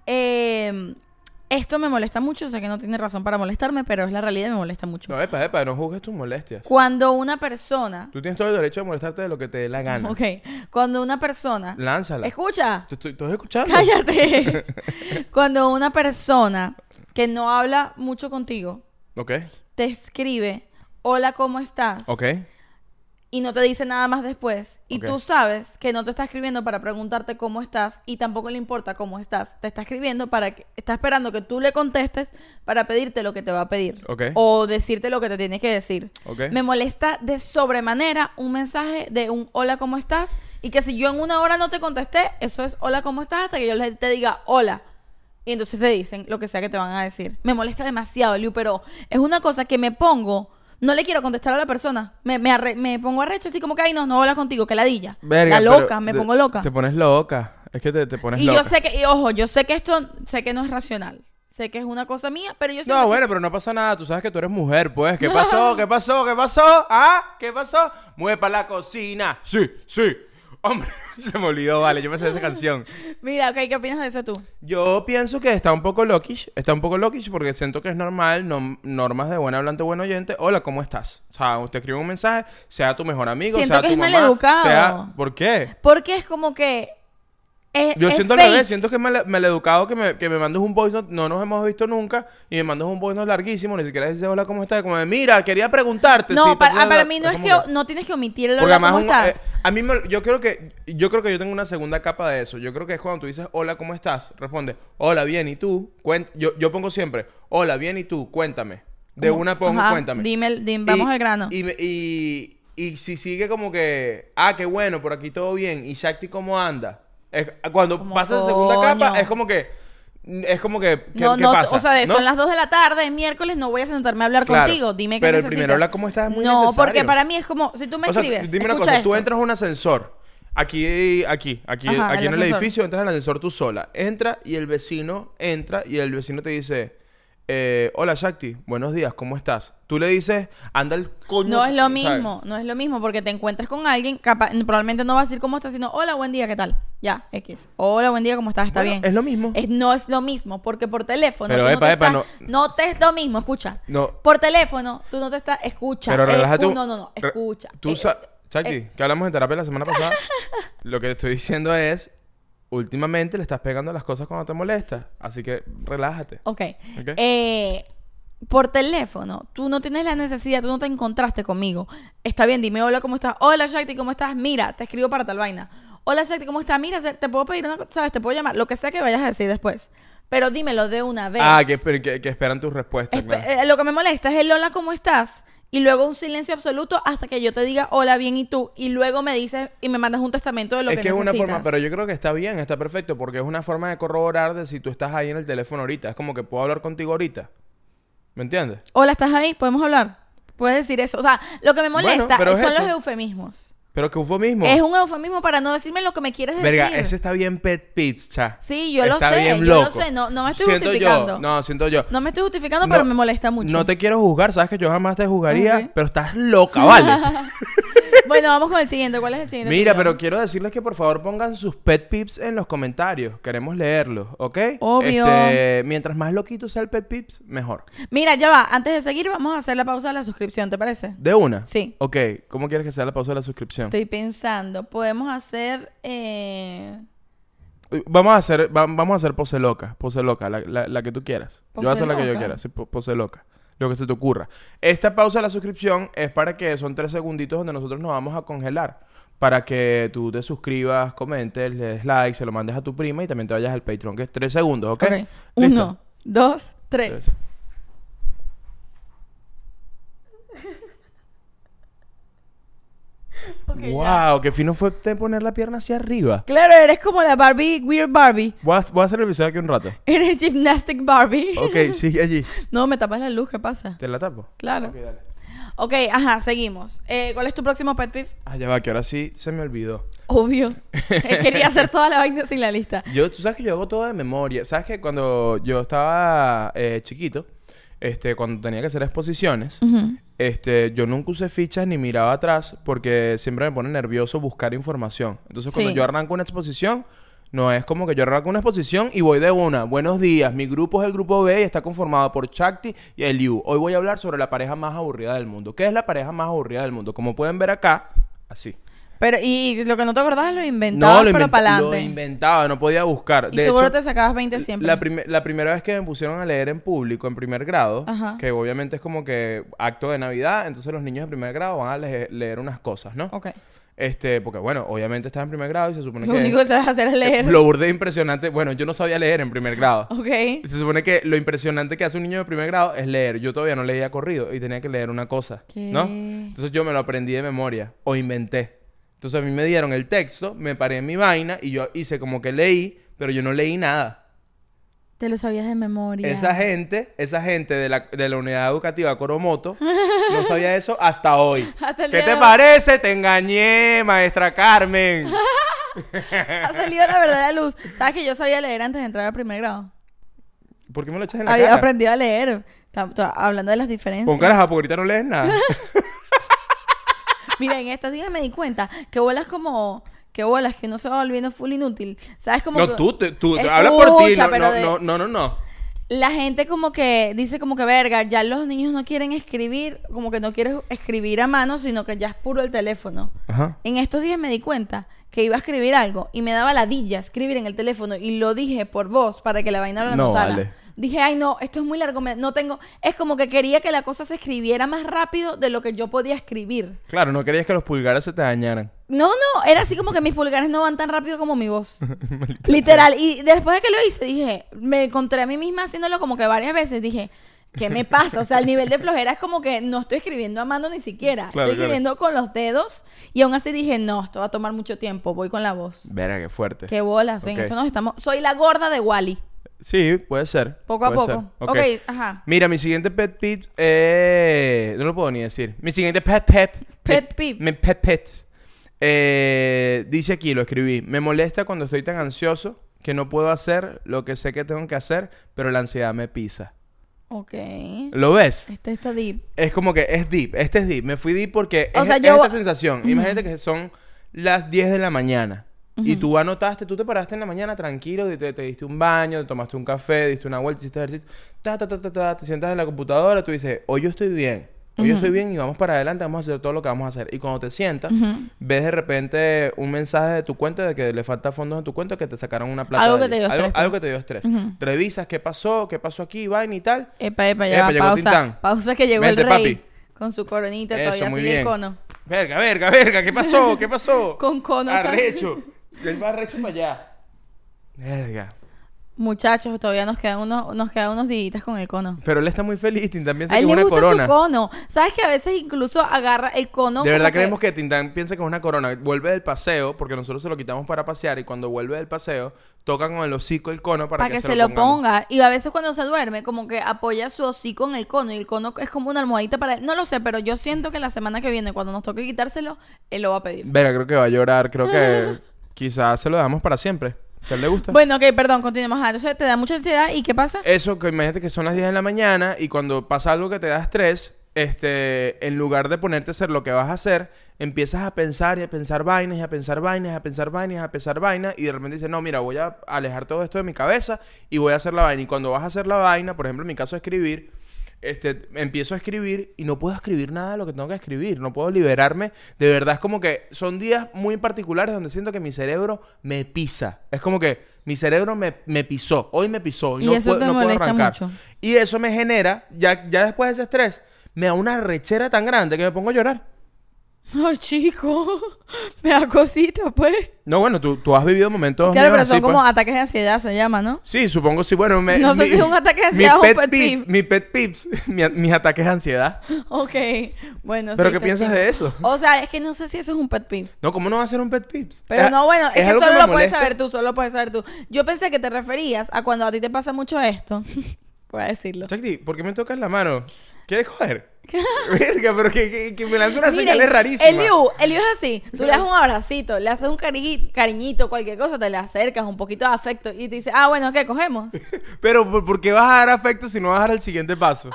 Esto me molesta mucho, sé que no tiene razón para molestarme, pero es la realidad y me molesta mucho. No, epa, no juzgues tus molestias. Cuando una persona... Tú tienes todo el derecho de molestarte de lo que te dé la gana. Ok. Cuando una persona... Lánzala. Escucha. ¿Te estás escuchando? Cállate. Cuando una persona que no habla mucho contigo Ok. te escribe hola, ¿cómo estás? Ok. Y no te dice nada más después. Y Ok. tú sabes que no te está escribiendo para preguntarte cómo estás y tampoco le importa cómo estás. Te está escribiendo para que... Está esperando que tú le contestes para pedirte lo que te va a pedir. Ok. O decirte lo que te tiene que decir. Ok. Me molesta de sobremanera un mensaje de un hola, ¿cómo estás? Y que si yo en una hora no te contesté, eso es hola, ¿cómo estás? Hasta que yo te diga hola. Y entonces te dicen lo que sea que te van a decir. Me molesta demasiado, Liu, pero es una cosa que me pongo... No le quiero contestar a la persona. Me pongo arrecha así como que, ay, no voy a hablar contigo, que ladilla. Verga, La pero loca, me pongo loca. Te pones loca. Es que te pones Y loca. yo sé que, y ojo, yo sé que esto, sé que no es racional. Sé que es una cosa mía, pero yo siempre... No, bueno, pero no pasa nada. Tú sabes que tú eres mujer, pues. ¿Qué pasó? ¿Qué pasó? ¿Qué pasó? ¿Ah? ¿Qué pasó? Mueve para la cocina. Sí, sí. Hombre, se me olvidó, vale. Yo me sé esa canción. Mira, ok, ¿qué opinas de eso tú? Yo pienso que está un poco loquish. Está un poco loquish porque siento que es normal. Normas de buen hablante, buen oyente. Hola, ¿cómo estás? O sea, usted escribe un mensaje, sea tu mejor amigo, Siento sea que tu es mamá, maleducado. sea... ¿Por qué? Porque es como que... Yo es siento al fake. revés, siento que es maleducado que me mandes un voice note, no nos hemos visto nunca, y me mandas un voice note larguísimo, ni siquiera dices hola, ¿cómo estás? Como de, mira, quería preguntarte. No, si te para puedo- mí no es como que no tienes que omitir el Porque hola, ¿cómo además estás? a mí yo creo que yo tengo una segunda capa de eso. Yo creo que es cuando tú dices hola, ¿cómo estás? Responde, hola, bien, ¿y tú? Yo pongo siempre, hola, bien, ¿y tú? Cuéntame. De Como, una pongo, ajá, cuéntame. vamos al grano. Y si sigue como que, qué bueno, por aquí todo bien. ¿Y Shakti cómo anda? Cuando Como, pasa a segunda coño. capa, es como que, ¿qué No, pasa? o sea, ¿No? son las 2 de la tarde, es miércoles, no voy a sentarme a hablar Claro, contigo. Dime qué pero el necesitas. primero hola, ¿cómo estás? Es muy No, necesario. porque para mí es como, si tú me O sea, escribes, dime una escucha cosa, tú esto. entras a un ascensor. Aquí Ajá, en el el ascensor. edificio, entras al ascensor tú sola. Entra y el vecino entra y el vecino te dice, hola Shakti, buenos días, ¿cómo estás? Tú le dices, anda el coño. No es lo ¿sabes? mismo, no es lo mismo, porque te encuentras con alguien, probablemente no vas a decir cómo estás, sino, hola, buen día, ¿qué tal? Ya, X. Hola, buen día, ¿cómo estás? ¿Está Bueno, bien? es lo mismo. No es lo mismo, porque por teléfono Pero, tú epa, no te epa, estás... No te es lo mismo, escucha. No. Por teléfono tú no te estás... Escucha. Pero relájate un- No, escucha. Shakti, que hablamos de terapia la semana pasada. Lo que te estoy diciendo es, últimamente le estás pegando a las cosas cuando te molesta. Así que relájate. Ok. Ok. Por teléfono, tú no tienes la necesidad, tú no te encontraste conmigo. Está bien, dime hola, ¿cómo estás? Hola, Shakti, ¿cómo estás? Mira, te escribo para tal vaina. Hola, Shakti, ¿cómo estás? Mira, te puedo pedir una cosa, ¿sabes? Te puedo llamar, lo que sea que vayas a decir después. Pero dímelo de una vez. Que esperan tus respuestas. Claro. Lo que me molesta es el hola, ¿cómo estás? Y luego un silencio absoluto hasta que yo te diga hola, bien, ¿y tú? Y luego me dices y me mandas un testamento de lo Es que que es una necesitas. forma, pero yo creo que está bien, está perfecto, porque es una forma de corroborar de si tú estás ahí en el teléfono ahorita. Es como que puedo hablar contigo ahorita. ¿Me entiendes? Hola, ¿estás ahí? ¿Podemos hablar? Puedes decir eso. O sea, lo que me molesta Bueno, pero es son eso. los eufemismos. Pero que fue mismo. Es un eufemismo para no decirme lo que me quieres decir. Verga, ese está bien pet peeves, cha. Sí, yo lo Está sé, bien yo lo loco. sé. No me estoy Siento justificando. siento yo. No me estoy justificando, No, pero me molesta mucho. No te quiero juzgar, sabes que yo jamás te juzgaría, Ok. pero estás loca, ¿vale? Bueno, vamos con el siguiente. ¿Cuál es el siguiente? Mira, tuyo? pero quiero decirles que por favor pongan sus pet peeves en los comentarios. Queremos leerlos, ¿ok? Obvio. Mientras más loquito sea el pet peeves, mejor. Mira, ya va. Antes de seguir, vamos a hacer la pausa de la suscripción, ¿te parece? ¿De una? Sí. Ok, ¿cómo quieres que sea la pausa de la suscripción? Estoy pensando. Podemos hacer... Vamos a hacer pose loca, la que tú quieras. Yo voy a hacer la que yo Pose quiera, loca. sí, pose loca. Lo que se te ocurra. Esta pausa de la suscripción es para que son 3 segunditos donde nosotros nos vamos a congelar. Para que tú te suscribas, comentes, le des like, se lo mandes a tu prima y también te vayas al Patreon, que es 3 segundos, ¿ok? Ok. ¿Listo? 1, 2, 3. 3. Ok, ya. Wow, qué fino fue de poner la pierna hacia arriba. Claro, eres como la Barbie, Weird Barbie. Voy a hacer el episodio aquí un rato. Eres Gymnastic Barbie. Ok, sigue allí. No, me tapas la luz, ¿qué pasa? ¿Te la tapo? Claro. Ok, dale. Ok, ajá, seguimos. ¿Cuál es tu próximo pet peeve? Ya va, que ahora sí se me olvidó. Obvio. Quería hacer toda la vaina sin la lista. Tú sabes que yo hago todo de memoria. ¿Sabes que cuando yo estaba chiquito, cuando tenía que hacer exposiciones, yo nunca usé fichas ni miraba atrás porque siempre me pone nervioso buscar información. Entonces, cuando Sí. yo arranco una exposición, no es como que yo arranco una exposición y voy de una. Buenos días, mi grupo es el grupo B y está conformado por Shakti y Eliu. Hoy voy a hablar sobre la pareja más aburrida del mundo. ¿Qué es la pareja más aburrida del mundo? Como pueden ver acá, así. Pero, y lo que no te acordabas lo inventabas, pero para Lo adelante. inventaba, no podía buscar. Y De seguro hecho, te sacabas 20 siempre. la primera vez que me pusieron a leer en público, en primer grado, Ajá. que obviamente es como que acto de Navidad, entonces los niños de primer grado van a leer unas cosas, ¿no? Ok. Porque bueno, obviamente estás en primer grado y se supone Lo que... único que sabes hacer es leer. Lo burde impresionante. Bueno, yo no sabía leer en primer grado. Ok. Se supone que lo impresionante que hace un niño de primer grado es leer. Yo todavía no leía corrido y tenía que leer una cosa, ¿Qué? ¿no? Entonces yo me lo aprendí de memoria o inventé. Entonces a mí me dieron el texto, me paré en mi vaina y yo hice como que leí, pero yo no leí nada. Te lo sabías de memoria. Esa gente de la unidad educativa Coromoto no sabía eso hasta hoy. Hasta el ¿Qué día te de hoy. parece? Te engañé, maestra Carmen. Ha salido la verdadera luz. ¿Sabes que yo sabía leer antes de entrar al primer grado? ¿Por qué me lo echas en la Había cara? aprendido a leer. Hablando de las diferencias. Con caraja, porque ahorita no lees nada. Mira, en estos días me di cuenta que bolas como... Que bolas, que no se va volviendo full inútil. ¿Sabes? Como No, que... tú habla por ti. Escucha, pero No. La gente como que dice como que verga, ya los niños no quieren escribir, como que no quieren escribir a mano, sino que ya es puro el teléfono. Ajá. En estos días me di cuenta que iba a escribir algo y me daba ladilla escribir en el teléfono y lo dije por voz para que la vaina lo No, anotara. vale. Dije, ay no, esto es muy largo, no tengo... Es como que quería que la cosa se escribiera más rápido de lo que yo podía escribir. Claro, no querías que los pulgares se te dañaran. No, era así como que mis pulgares no van tan rápido como mi voz. Literal. Y después de que lo hice, dije, me encontré a mí misma haciéndolo como que varias veces. Dije, ¿qué me pasa? O sea, el nivel de flojera es como que no estoy escribiendo a mano ni siquiera. Claro, Estoy escribiendo con los dedos. Y aún así dije, no, esto va a tomar mucho tiempo. Voy con la voz. Verga, qué fuerte. Qué bolas. En Ok. esto nos estamos... Soy la gorda de Wally. Sí, puede ser. Poco a puede poco. ser. Ok, ajá. Mira, mi siguiente pet peeve... no lo puedo ni decir. Mi siguiente Pet peeve. Mi pet pet. Dice aquí, lo escribí. Me molesta cuando estoy tan ansioso que no puedo hacer lo que sé que tengo que hacer, pero la ansiedad me pisa. Ok. ¿Lo ves? Este está deep. Es como que es deep. Este es deep. Me fui deep porque O es, sea, es yo- esta sensación. Imagínate que son las 10 de la mañana. Y tú anotaste, tú te paraste en la mañana tranquilo, te diste un baño, te tomaste un café, diste una vuelta, hiciste ejercicio, te sientas en la computadora, tú dices, hoy yo estoy bien. Hoy yo estoy bien y vamos para adelante, vamos a hacer todo lo que vamos a hacer. Y cuando te sientas, ves de repente un mensaje de tu cuenta de que le falta fondos en tu cuenta, que te sacaron una plata. Algo de que te dio estrés, algo pues. que te dio estrés. Revisas qué pasó aquí, vaina y tal. Epa, ya Epa, va, llegó pausa. Tintán. Pausa que llegó Vente, el rey. papi. Con su coronita, Eso, todavía muy sigue el bien. cono. Verga, ¿qué pasó? ¿Qué pasó? Con cono. Arrecho. Él va arrecho para allá. Verga. Muchachos, todavía nos quedan unos días con el cono. Pero él está muy feliz. Tintán piensa A que él es le una gusta corona. su cono. ¿Sabes que a veces incluso agarra el cono? De como verdad creemos que Tintán piensa que es una corona. Vuelve del paseo, porque nosotros se lo quitamos para pasear. Y cuando vuelve del paseo, toca con el hocico el cono para que se lo ponga. Y a veces cuando se duerme, como que apoya su hocico en el cono. Y el cono es como una almohadita para él. No lo sé, pero yo siento que la semana que viene, cuando nos toque quitárselo, él lo va a pedir. Verga, creo que va a llorar. Creo que quizás se lo damos para siempre. Si a él le gusta. Bueno, ok, perdón, continuemos. Entonces te da mucha ansiedad. ¿Y qué pasa? Eso, que imagínate que son las 10 de la mañana y cuando pasa algo que te da estrés, en lugar de ponerte a hacer lo que vas a hacer, empiezas a pensar y a pensar vainas y a pensar vainas y a pensar vainas y a pensar vainas y de repente dices, no, mira, voy a alejar todo esto de mi cabeza y voy a hacer la vaina. Y cuando vas a hacer la vaina, por ejemplo, en mi caso escribir, empiezo a escribir y no puedo escribir nada de lo que tengo que escribir. No puedo liberarme. De verdad, es como que son días muy particulares donde siento que mi cerebro me pisa. Es como que mi cerebro me pisó. Hoy me pisó. Y no eso te no puedo molesta arrancar. mucho. Y eso me genera, ya después de ese estrés, me da una rechera tan grande que me pongo a llorar. Ay, chico. Me da cosita, pues. No, bueno, tú has vivido momentos Claro, míos pero así, son como pues. ataques de ansiedad, se llama, ¿no? Sí, supongo sí. Bueno, No sé si es un ataque de ansiedad o un pet peeve. Mi pet peeves, mis ataques de ansiedad. Ok. Bueno, ¿Pero sí, qué está piensas chido. de eso? O sea, es que no sé si eso es un pet peeve. No, ¿cómo no va a ser un pet peeve? Pero no, bueno, es que algo solo me lo puedes molesta. saber tú, solo lo puedes saber tú. Yo pensé que te referías a cuando a ti te pasa mucho esto. Voy a decirlo. Chakti, ¿por qué me tocas la mano? ¿Quieres coger? Verga, pero que me lanza una Miren, señal es rarísima. El Liu es así. Tú le das un abracito, le haces un cariñito, cualquier cosa, te le acercas, un poquito de afecto y te dice, ah, bueno, ¿qué? ¿Cogemos? Pero, ¿por qué vas a dar afecto si no vas a dar el siguiente paso?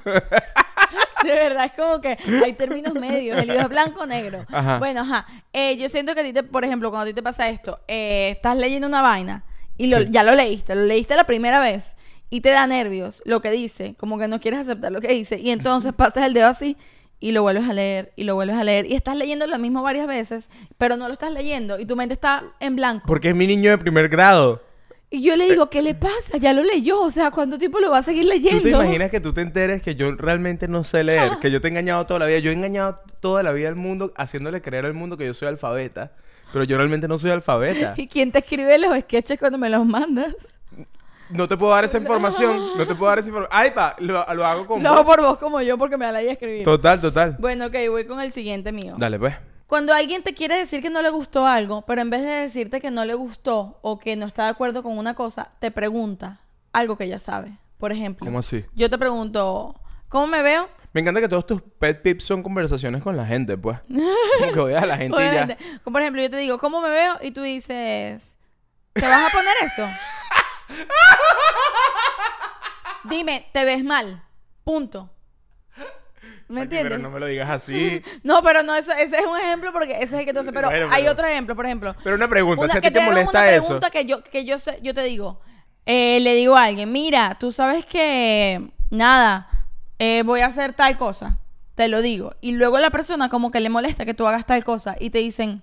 De verdad, es como que hay términos medios. El Liu es blanco o negro. Ajá. Bueno, ajá. Yo siento que a ti, por ejemplo, cuando a ti te pasa esto, estás leyendo una vaina y Sí. ya lo leíste la primera vez y te da nervios lo que dice, como que no quieres aceptar lo que dice y entonces pasas el dedo así y lo vuelves a leer y lo vuelves a leer y estás leyendo lo mismo varias veces, pero no lo estás leyendo y tu mente está en blanco. Porque es mi niño de primer grado. Y yo le digo, ¿qué le pasa? Ya lo leyó, o sea, ¿cuánto tiempo lo va a seguir leyendo? ¿Tú te imaginas que tú te enteres que yo realmente no sé leer? Que yo te he engañado toda la vida. Yo he engañado toda la vida al mundo haciéndole creer al mundo que yo soy alfabeta. Pero yo realmente no soy alfabeta. ¿Y quién te escribe los sketches cuando me los mandas? No te puedo dar esa información. No te puedo dar esa información. Ay, pa, lo hago con Lo hago por vos como yo porque me da la idea de escribir. Total. Bueno, ok, voy con el siguiente mío. Dale, pues. Cuando alguien te quiere decir que no le gustó algo, pero en vez de decirte que no le gustó o que no está de acuerdo con una cosa, te pregunta algo que ya sabe. Por ejemplo, ¿Cómo así? yo te pregunto, ¿cómo me veo? Me encanta que todos tus pet tips son conversaciones con la gente, pues. Como que odias a la gente y ya. Obviamente. Por ejemplo, yo te digo, ¿cómo me veo? Y tú dices, ¿te vas a poner eso? Dime, ¿te ves mal? Punto. ¿Me Saki, entiendes? pero no me lo digas así. No, pero no, ese es un ejemplo porque ese es el que tú haces. Pero Bueno, hay pero- otro ejemplo, por ejemplo. Pero una pregunta, si a ti Que te hagan molesta una eso. pregunta que yo sé, yo te digo. Le digo a alguien, mira, tú sabes que, nada, voy a hacer tal cosa. Te lo digo. Y luego la persona como que le molesta que tú hagas tal cosa. Y te dicen,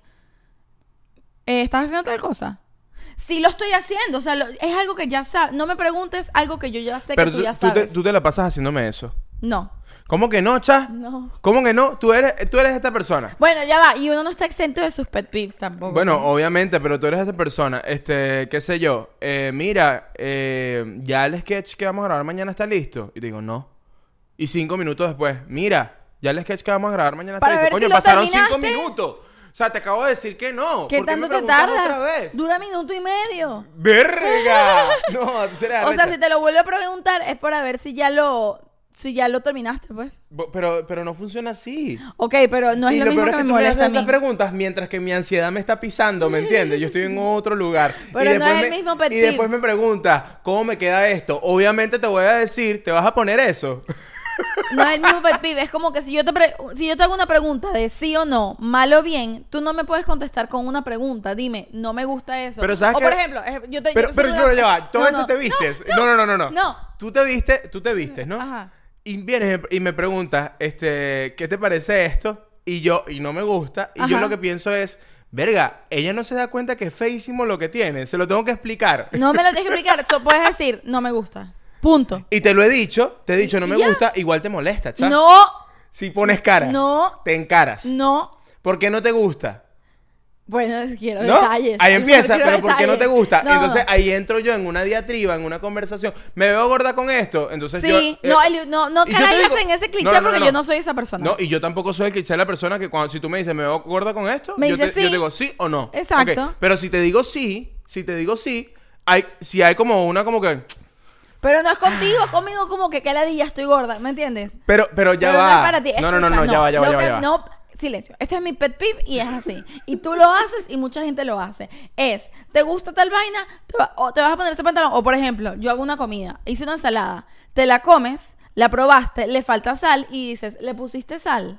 ¿estás haciendo tal cosa? Sí lo estoy haciendo. O sea, es algo que ya sabes. No me preguntes algo que yo ya sé Pero que tú ya sabes. tú te la pasas haciéndome eso. No. ¿Cómo que no, cha? No. ¿Cómo que no? Tú eres esta persona. Bueno, ya va. Y uno no está exento de sus pet peeves tampoco. Bueno, obviamente, pero tú eres esta persona. Qué sé yo. Mira, ya el sketch que vamos a grabar mañana está listo. Y te digo, no. Y 5 minutos después, mira, ya el sketch que vamos a grabar mañana está Para listo. ver Coño, si lo pasaron 5 terminaste. minutos. O sea, te acabo de decir que no. ¿Qué ¿Por qué me tanto te preguntas tardas? otra vez? Dura minuto y medio. ¡Verga! No, tú eres O sea, arrecha. si te lo vuelvo a preguntar es para ver si ya lo terminaste, pues. Pero no funciona así. Ok, pero no es Y lo lo mismo peor que es me que tú me molesta a haces esas mí. preguntas mientras que mi ansiedad me está pisando, ¿me entiendes? Yo estoy en otro lugar. Pero Y no después es el mismo pet Y peeve. después me preguntas, ¿cómo me queda esto? Obviamente te voy a decir, ¿te vas a poner eso? No es el mismo pet peeve. Es como que si yo te hago una pregunta de sí o no, mal o bien, tú no me puedes contestar con una pregunta. Dime, no me gusta eso. Pero ¿sabes o qué? por ejemplo, yo te Pero ya va, todo no, eso no, te vistes. No. No. Tú te vistes, ¿no? Ajá. Y vienes y me preguntas, ¿qué te parece esto? Y no me gusta. Y yo Ajá. lo que pienso es, verga, ella no se da cuenta que es feísimo lo que tiene. Se lo tengo que explicar. No me lo tienes que explicar. Puedes decir, no me gusta. Punto. Y te lo he dicho, no me Ya. gusta, igual te molesta, ¿sabes? No, Si pones cara. No. Te encaras. no. ¿Por qué no te gusta? Bueno, quiero ¿No? detalles. Ahí empieza, Quiero pero ¿por qué no te detalles. gusta? No. Entonces ahí entro yo en una diatriba, en una conversación. ¿Me veo gorda con esto? Entonces Sí, yo... no y yo te caigas digo- en ese cliché No, no, porque no. yo no soy esa persona. No, y yo tampoco soy el cliché de la persona que si tú me dices, ¿me veo gorda con esto? Me yo dices te, yo sí. te digo sí o no. Exacto. Ok, pero si te digo sí, hay como una como que... Pero no es contigo, conmigo como que ladilla estoy gorda, ¿me entiendes? Pero ya Pero va. no es para ti. No, Escucha, ya va. Lo que- No, silencio. Este es mi pet peeve y es así. Y tú lo haces y mucha gente lo hace. ¿Te gusta tal vaina? O te vas a poner ese pantalón. O por ejemplo, yo hago una comida, hice una ensalada, te la comes, la probaste, le falta sal y dices, ¿le pusiste sal?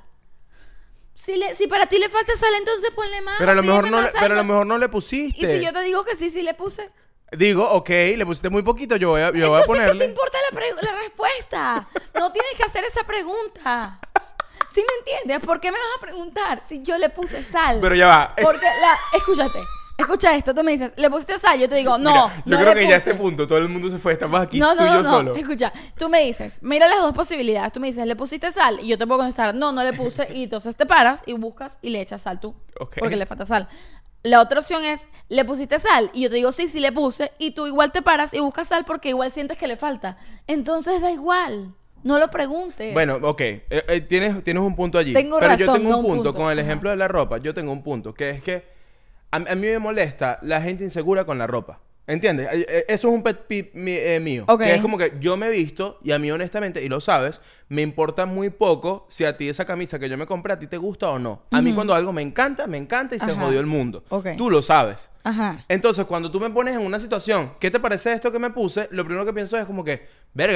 Si para ti le falta sal, entonces ponle más. Pero a lo pídeme mejor no, más sal, pero a lo no- mejor no le Y pusiste. si yo te digo que sí le puse. Digo, ok, le pusiste muy poquito, yo voy a Entonces, ¿qué te ponerle. importa la respuesta? No tienes que hacer esa pregunta. ¿Sí me entiendes? ¿Por qué me vas a preguntar si yo le puse sal? Pero ya va. Porque escucha esto, tú me dices, ¿le pusiste sal? Yo te digo, no, Mira, yo no creo le que ya a puse. ese punto todo el mundo se fue. Estamos aquí No, tú y yo no, solo. escucha, tú me dices, mira las dos posibilidades, tú me dices, ¿le pusiste sal? Y yo te puedo contestar, no le puse, y entonces te paras y buscas y le echas sal tú, Ok. porque le falta sal. La otra opción es, ¿le pusiste sal? Y yo te digo, sí le puse, y tú igual te paras y buscas sal porque igual sientes que le falta. Entonces da igual, no lo preguntes. Bueno, ok. Tienes un punto allí. Tengo pero yo razón, tengo no un un punto. punto. Con el Ajá. ejemplo de la ropa, yo tengo un punto. Que es que a mí me molesta la gente insegura con la ropa. ¿Entiendes? Eso es un pet peeve mío. Ok. Que es como que yo me he visto y a mí honestamente, y lo sabes, me importa muy poco si a ti esa camisa que yo me compré a ti te gusta o no. A mí cuando algo me encanta y se Ajá. jodió el mundo. Ok. Tú lo sabes. Ajá. Entonces, cuando tú me pones en una situación, ¿qué te parece esto que me puse? Lo primero que pienso es como que, verga,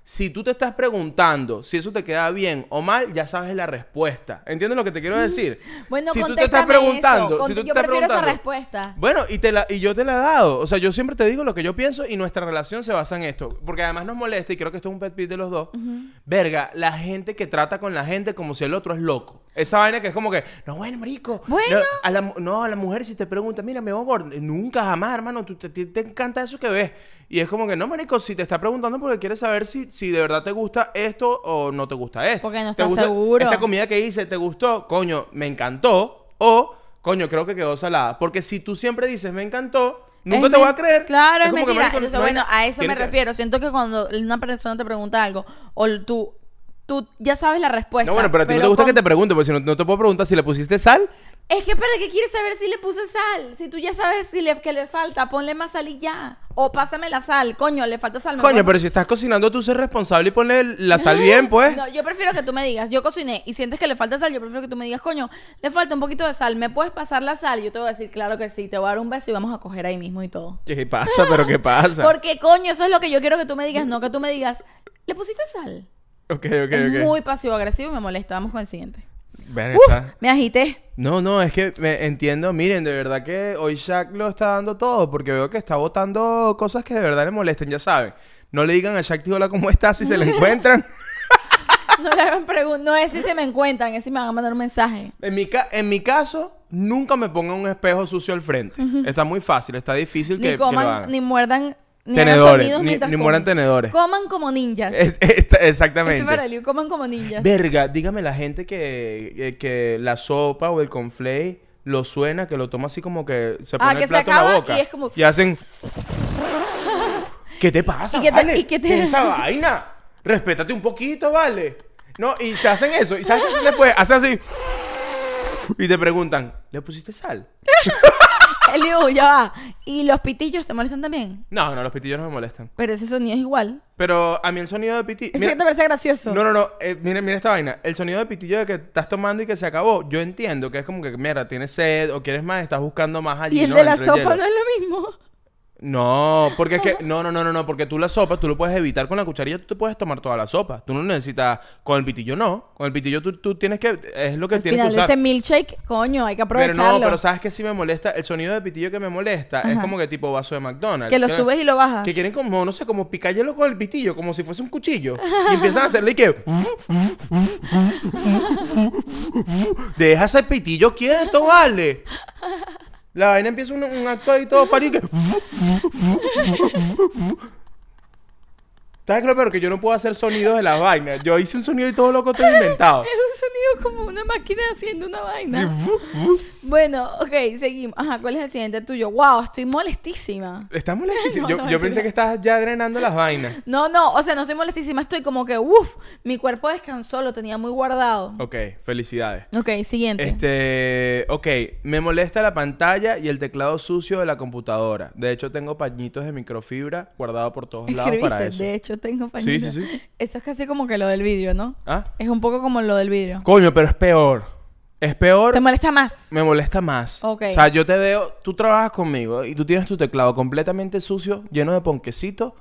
si tú te estás preguntando si eso te queda bien o mal, ya sabes la respuesta. ¿Entiendes lo que te quiero decir? Bueno, si tú te estás preguntando, si tú te yo estás prefiero esa preguntando, respuesta. bueno, y yo te la he dado. O sea, yo siempre te digo lo que yo pienso y nuestra relación se basa en esto. Porque además nos molesta, y creo que esto es un pet peeve de los dos. Verga, la gente que trata con la gente como si el otro es loco. Esa vaina que es como que, no, bueno, marico. Bueno. A la mujer si te pregunta, mira, me voy gordo. Nunca, jamás, hermano. Te encanta eso que ves. Y es como que, no, marico, si te está preguntando porque quieres saber si de verdad te gusta esto o no te gusta esto. Porque no ¿Te estás gusta seguro. esta comida que hice, te gustó? Coño, me encantó. O, coño, creo que quedó salada. Porque si tú siempre dices, me encantó, nunca te voy a creer. Claro, es como que, mentira. marico, Entonces, no hay- bueno, a eso me tiene que- refiero. Siento que cuando una persona te pregunta algo, o tú ya sabes la respuesta. No, bueno, pero a ti no te gusta con- que te pregunte, porque si no, no te puedo preguntar si le pusiste sal. Es que, ¿para qué quieres saber si le puse sal? Si tú ya sabes que le falta, ponle más sal y ya. O pásame la sal. Coño, le falta sal. Coño, pero si estás cocinando, tú sé responsable y ponle la sal bien, pues. No, yo prefiero que tú me digas, yo cociné y sientes que le falta sal, yo prefiero que tú me digas, coño, le falta un poquito de sal, ¿me puedes pasar la sal? Y yo te voy a decir, claro que sí, te voy a dar un beso y vamos a coger ahí mismo y todo. ¿Qué pasa? ¿Pero qué pasa? Porque, coño, eso es lo que yo quiero que tú me digas, no que tú me digas, ¿le pusiste sal? Ok. Es muy pasivo-agresivo y me molesta. Vamos con el siguiente. Verga, Uf, está- me agité. No, es que me entiendo. Miren, de verdad que hoy Shaq lo está dando todo porque veo que está botando cosas que de verdad le molesten, ya saben. No le digan a Shaq, tío, hola, ¿cómo estás? Si se le encuentran. No le hagan preguntas, no es si se me encuentran, es si me van a mandar un mensaje. En mi caso, nunca me pongan un espejo sucio al frente. Está muy fácil, está difícil Ni que lo coman, hagan. ni muerdan, ni hagan Tenedores, sonidos mientras ni comen. mueran tenedores. Coman como ninjas. Exactamente. Esto para Liu, coman como ninjas. Verga, dígame la gente que la sopa o el conflay lo suena, que lo toma así como que se pone que el se plato en la acaba boca y es como- y hacen... ¿Qué te pasa, ¿Y qué te- vale? y qué te- ¿Qué es esa vaina? Respétate un poquito, ¿vale? No, y se hacen eso. ¿Y sabes qué hacen después? Hacen así... Y te preguntan, ¿le pusiste sal? Liu, ya va. ¿Y los pitillos te molestan también? No, los pitillos no me molestan. Pero ese sonido es igual. Pero a mí el sonido de pitillo... Es que te parece gracioso. No. Mira esta vaina. El sonido de pitillo de que estás tomando y que se acabó. Yo entiendo que es como que, mira, tienes sed o quieres más, estás buscando más allí. Y el ¿no? de la Entre el sopa hielo. no es lo mismo. No, porque es que... No. Porque tú la sopa, tú lo puedes evitar con la cucharilla. Tú te puedes tomar toda la sopa. Tú no necesitas... Con el pitillo no. Con el pitillo tú tienes que... Es lo que Al tienes que final usar. ese milkshake, coño, hay que Pero aprovecharlo. no, pero ¿sabes qué sí me molesta? El sonido de pitillo que me molesta es Ajá. como que tipo vaso de McDonald's. Que lo subes y lo bajas. Que quieren como, no sé, como picar hielo con el pitillo, como si fuese un cuchillo. Y empiezan a hacerle y que... Deja ese pitillo quieto, vale. La vaina empieza un acto ahí todo farí que... ¿Sabes qué es lo peor? Que yo no puedo hacer sonidos de las vainas. Yo hice un sonido y todo loco todo inventado. Es un sonido como una máquina haciendo una vaina. Bueno, ok, seguimos. Ajá, ¿cuál es el siguiente tuyo? Wow, estoy molestísima. Estás molestísimo. No, yo mentira. pensé que estabas ya drenando las vainas. No, o sea, no estoy molestísima, estoy como que, mi cuerpo descansó, lo tenía muy guardado. Ok, felicidades. Ok, siguiente. Ok, me molesta la pantalla y el teclado sucio de la computadora. De hecho, tengo pañitos de microfibra guardados por todos lados para eso. De hecho, tengo pañitos. Sí. Eso es casi como que lo del vidrio, ¿no? ¿Ah? Es un poco como lo del vidrio. Coño, pero es peor. Es peor. ¿Te molesta más? Me molesta más. Ok. O sea, yo te veo, tú trabajas conmigo y tú tienes tu teclado completamente sucio, lleno de ponquecito.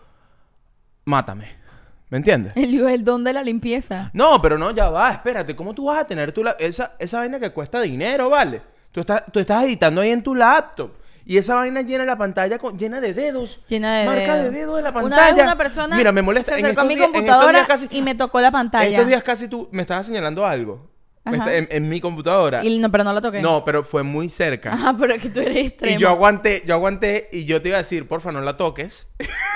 Mátame. ¿Me entiendes? El don de la limpieza. No, pero no, ya va, espérate. ¿Cómo tú vas a tener esa vaina que cuesta dinero, vale? Tú estás editando ahí en tu laptop. Y esa vaina llena la pantalla llena de dedos. Llena de Marca dedos. de dedos de la Una pantalla. vez una persona Mira, me molesta. se En acercó a estos mi días- en estos computadora días casi- y me tocó la pantalla. Estos días casi tú me estabas señalando algo. Ajá. En mi computadora. Pero no la toqué. No, pero fue muy cerca. Ajá, pero es que tú eres extremo. Y yo aguanté y yo te iba a decir, porfa, no la toques.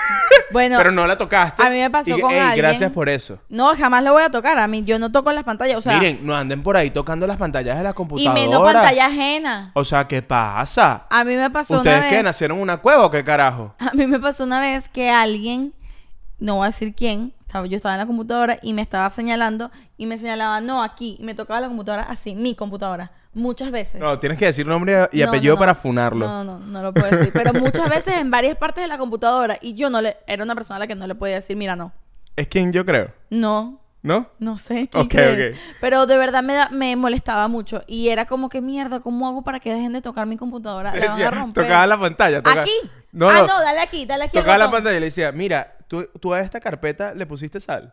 Bueno, Pero no la tocaste. a mí me pasó con alguien. Gracias por eso. no, jamás lo voy a tocar. A mí, yo no toco las pantallas. O sea, Miren, no anden por ahí tocando las pantallas de la y computadora. menos pantalla ajena. O sea, ¿qué pasa? A mí me pasó ¿Ustedes una vez. qué? ¿Nacieron en una cueva o qué carajo? A mí me pasó una vez que alguien, no voy a decir quién, yo estaba en la computadora y me estaba señalando y me señalaba, no, aquí. Y me tocaba la computadora así, mi computadora. Muchas veces. No, tienes que decir nombre y No, apellido no. para funarlo. No lo puedo decir. Pero muchas veces en varias partes de la computadora. Y yo era una persona a la que no le podía decir, mira, no. Es quien yo creo, No. ¿no? No sé quién Ok, crees. ok. Pero de verdad me molestaba mucho. Y era como que mierda, ¿cómo hago para que dejen de tocar mi computadora? La van a romper. Tocaba la pantalla. ¿Aquí? No, no, no. dale aquí al Tocaba la botón. pantalla y le decía, mira, ¿tú a esta carpeta le pusiste sal?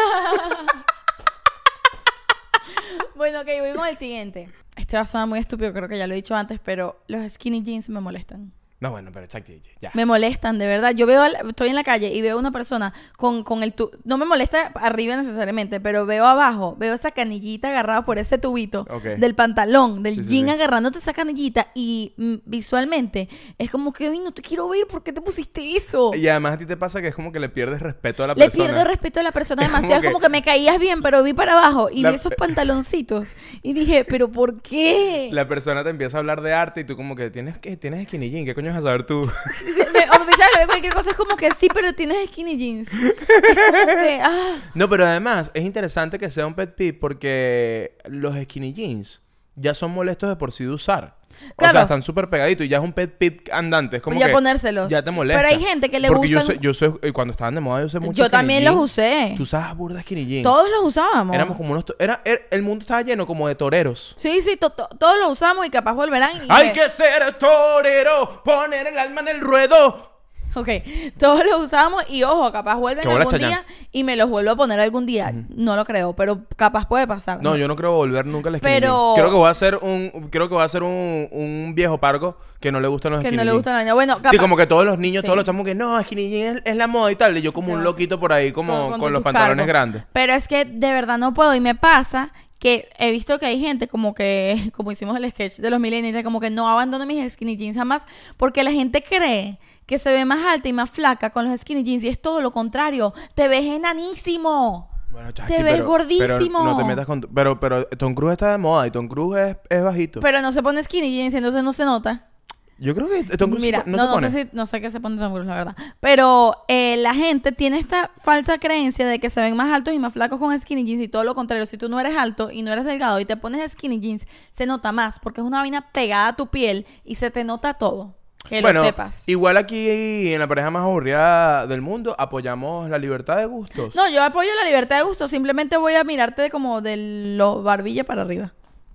Bueno, ok, voy con el siguiente. Este va a sonar muy estúpido, creo que ya lo he dicho antes, pero los skinny jeans me molestan. No, bueno, pero Chakti, ya. Me molestan, de verdad. Yo veo, estoy en la calle y veo una persona con el no me molesta arriba necesariamente, pero veo abajo, veo esa canillita agarrada por ese tubito del pantalón, del jean agarrándote esa canillita y visualmente es como que, ay, no te quiero ver, ¿por qué te pusiste eso? Y además a ti te pasa que es como que le pierdes respeto a la Le persona. pierdo respeto a la persona demasiado. Es como que me caías bien, pero vi para abajo y vi esos pantaloncitos y dije, ¿pero por qué? La persona te empieza a hablar de arte y tú como que tienes skinny jean, ¿qué coño vas a saber tú? O me empieza a hablar de cualquier cosa, es como que sí, pero tienes skinny jeans. Es como que, No, pero además es interesante que sea un pet peeve porque los skinny jeans ya son molestos de por sí de usar. Claro. O sea, están súper pegaditos y ya es un pet peeve andante. Es como ya que ponérselos. ya te molesta. Pero hay gente que le porque gustan... cuando estaban de moda yo usé mucho Yo skinny también jean. los usé. Tú usabas burda skinny jean. Todos los usábamos. Éramos como unos... el mundo estaba lleno como de toreros. Sí, todos los usamos y capaz volverán. Hay que ser torero, poner el alma en el ruedo. Ok, todos los usamos y ojo, capaz vuelven Que vuelva algún Chayanne. día y me los vuelvo a poner algún día. No lo creo, pero capaz puede pasar. No, yo no creo volver nunca al skinny Pero- jean. Creo que voy a ser un viejo pargo que no le gustan los Que skinny no le jean. gustan a la Bueno, capaz... Sí, como que todos los niños, Sí. todos los chamos que no, skinny jean es la moda y tal. Y yo como un No. loquito por ahí, como con tus los pantalones cargos. grandes. Pero es que de verdad no puedo y me pasa que he visto que hay gente como que, como hicimos el sketch de los millennials, como que no abandono mis skinny jeans jamás porque la gente cree que se ve más alta y más flaca con los skinny jeans y es todo lo contrario. Te ves enanísimo. Bueno, Chaki, Te ves pero gordísimo. no te metas con... Pero Tom Cruise está de moda y Tom Cruise es bajito. Pero no se pone skinny jeans, entonces no se nota. Yo creo que Tom Cruise Mira, no se pone. no sé qué se pone Tom Cruise, la verdad. Pero la gente tiene esta falsa creencia de que se ven más altos y más flacos con skinny jeans y todo lo contrario. Si tú no eres alto y no eres delgado y te pones skinny jeans, se nota más porque es una vaina pegada a tu piel y se te nota todo. Que Bueno, lo sepas. igual aquí en la pareja más aburrida del mundo apoyamos la libertad de gustos. No, yo apoyo la libertad de gusto. Simplemente voy a mirarte como de lo barbilla para arriba.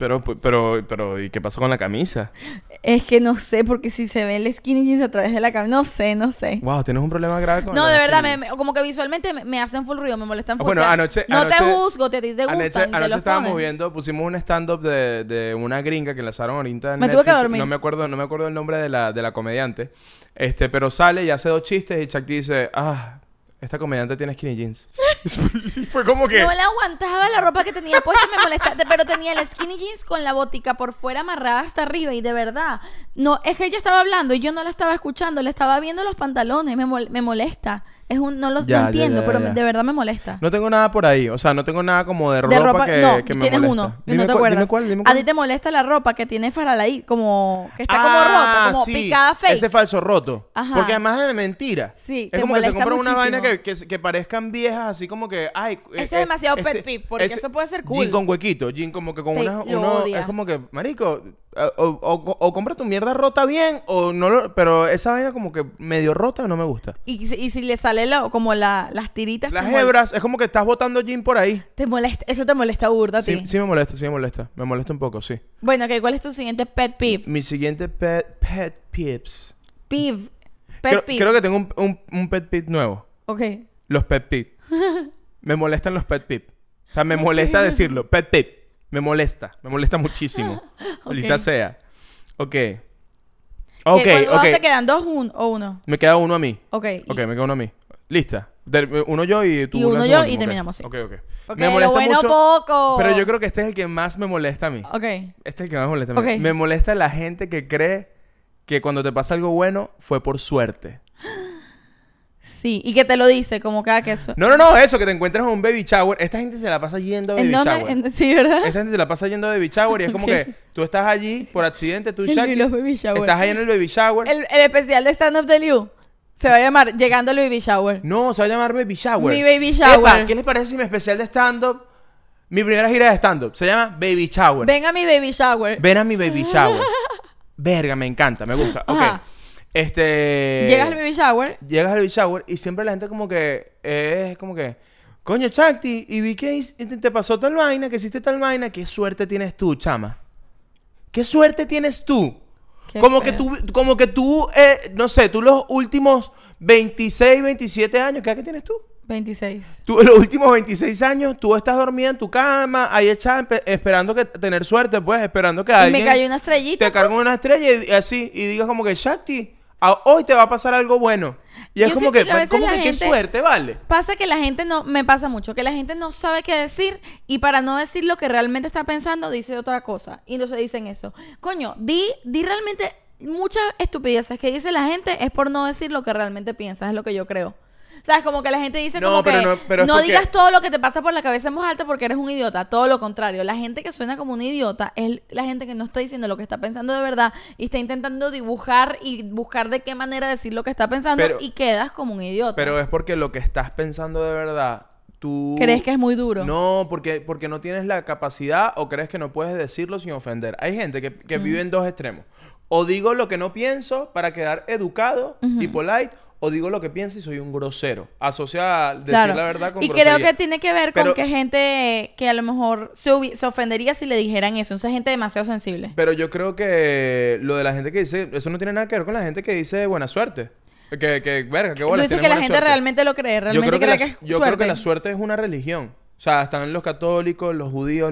Pero, ¿y qué pasó con la camisa? Es que no sé, porque si se ve el skinny jeans a través de la camisa, no sé. Wow, tienes un problema grave con No, los de verdad, skinny jeans. como que visualmente me hacen full ruido, me molestan full. Bueno, O sea, anoche- no te anoche- juzgo, a ti te gustan, Anoche te los estábamos pones. viendo, pusimos un stand-up de una gringa que lanzaron ahorita en Me tuve que Netflix. dormir. No me acuerdo el nombre de la comediante. Pero sale y hace 2 chistes y Chuck dice, esta comediante tiene skinny jeans. Y fue como que... No le aguantaba la ropa que tenía puesta y me molestaba. Pero tenía el skinny jeans con la botica por fuera amarrada hasta arriba. Y de verdad, no, es que ella estaba hablando y yo no la estaba escuchando. Le estaba viendo los pantalones. Me molesta. No Ya, entiendo, ya, pero ya. de verdad me molesta. No tengo nada por ahí. O sea, no tengo nada como de De ropa, que, no, que me tienes molesta. uno, que Dime no te cuál- acuerdas. dime A cuál. ti te molesta la ropa que tiene faralaí, como que está como rota, como sí, picada fake. Ese falso roto. Ajá. Porque además es de mentira. Sí, es te como que se molesta compran una vaina muchísimo. que parezcan viejas, así como que... Ay, Ese es demasiado pet peeve, porque eso puede ser cool. Jean con huequito, jean como que con Te lo odias. es como que, marico, o compra tu mierda rota bien, o no lo... Pero esa vaina como que medio rota no me gusta. Y si le sale como las tiritas. Las te mol- hebras, es como que estás botando jean por ahí. Te molesta, eso te molesta burda a ti. Sí, sí me molesta, sí me molesta. Me molesta un poco, sí. Bueno, ok, ¿cuál es tu siguiente pet peeve? Mi siguiente pet peeves. Peeve. Creo, Pet peeve. creo que tengo un pet peeve nuevo. Ok. Los pet peeve. Me molestan los pet peeve. O sea, me molesta decirlo. Pet peeve. Me molesta muchísimo. Maldita sea. Ok. Ok, ¿Cuántos ok. te quedan? ¿2 o 1? Me queda uno a mí. Ok. Ok, me queda uno a mí. Lista. Uno yo y tú Y uno lanzas yo último, y ok. terminamos, sí. Ok. Porque Me molesta lo bueno mucho. poco. Pero yo creo que este es el que más me molesta a mí. Ok. Este es el que más me molesta a mí. Ok. Me molesta la gente que cree que cuando te pasa algo bueno fue por suerte. Sí, y que te lo dice, como cada que eso. No, eso, que te encuentras en un baby shower. Esta gente se la pasa yendo a baby ¿En dónde? shower. Sí, ¿verdad? Esta gente se la pasa yendo a baby shower y es como Ok. que tú estás allí por accidente, tú, Y Shaq, los baby shower. estás ahí en el baby shower. El especial de Stand Up de Liu se va a llamar Llegando al Baby Shower. No, se va a llamar baby shower. Mi baby shower. Epa, ¿qué les parece si mi especial de stand-up, mi primera gira de stand-up, se llama baby shower? Ven a mi baby shower. Ven a mi baby shower. Verga, me encanta, me gusta. Ok. Ajá. Llegas al baby shower. Llegas al baby shower y siempre la gente como que es como que, coño, Chakti, y vi que te pasó tal vaina, que hiciste tal vaina, qué suerte tienes tú, chama. ¿Qué suerte tienes tú? Qué Como feo. que tú, no sé, tú los últimos 26, 27 años. ¿Qué edad que tienes tú? 26. Tú, en los últimos 26 años, tú estás dormida en tu cama, ahí echada, esperando que tener suerte, pues, esperando que Y alguien me cayó una estrellita. te cargue una estrella y así, y digas como que, Shakti, hoy te va a pasar algo bueno. Y es Yo como siento que, a veces como la que qué gente suerte, ¿vale? Pasa que la gente no, me pasa mucho, que la gente no sabe qué decir y para no decir lo que realmente está pensando, dice otra cosa. Y entonces dicen eso. Coño, di realmente muchas estupideces que dice la gente es por no decir lo que realmente piensas, es lo que yo creo. ¿Sabes? Como que la gente dice No, como pero que pero es no porque- digas todo lo que te pasa por la cabeza en voz alta porque eres un idiota. Todo lo contrario. La gente que suena como un idiota es la gente que no está diciendo lo que está pensando de verdad y está intentando dibujar y buscar de qué manera decir lo que está pensando Pero- y quedas como un idiota. Pero es porque lo que estás pensando de verdad, tú... ¿Crees que es muy duro? No, porque no tienes la capacidad o crees que no puedes decirlo sin ofender. Hay gente que vive en dos extremos. O digo lo que no pienso para quedar educado y polite, o digo lo que pienso y soy un grosero. Asocia decir Claro. la verdad con Y grosería. creo que tiene que ver con Pero- que gente que a lo mejor se ofendería si le dijeran eso. Entonces, gente demasiado sensible. Pero yo creo que lo de la gente que dice... Eso no tiene nada que ver con la gente que dice buena suerte. Verga, qué Tú bola, dices tienes que la buena gente suerte. realmente lo cree. Realmente cree que es Yo suerte. creo que la suerte es una religión. O sea, están los católicos, los judíos,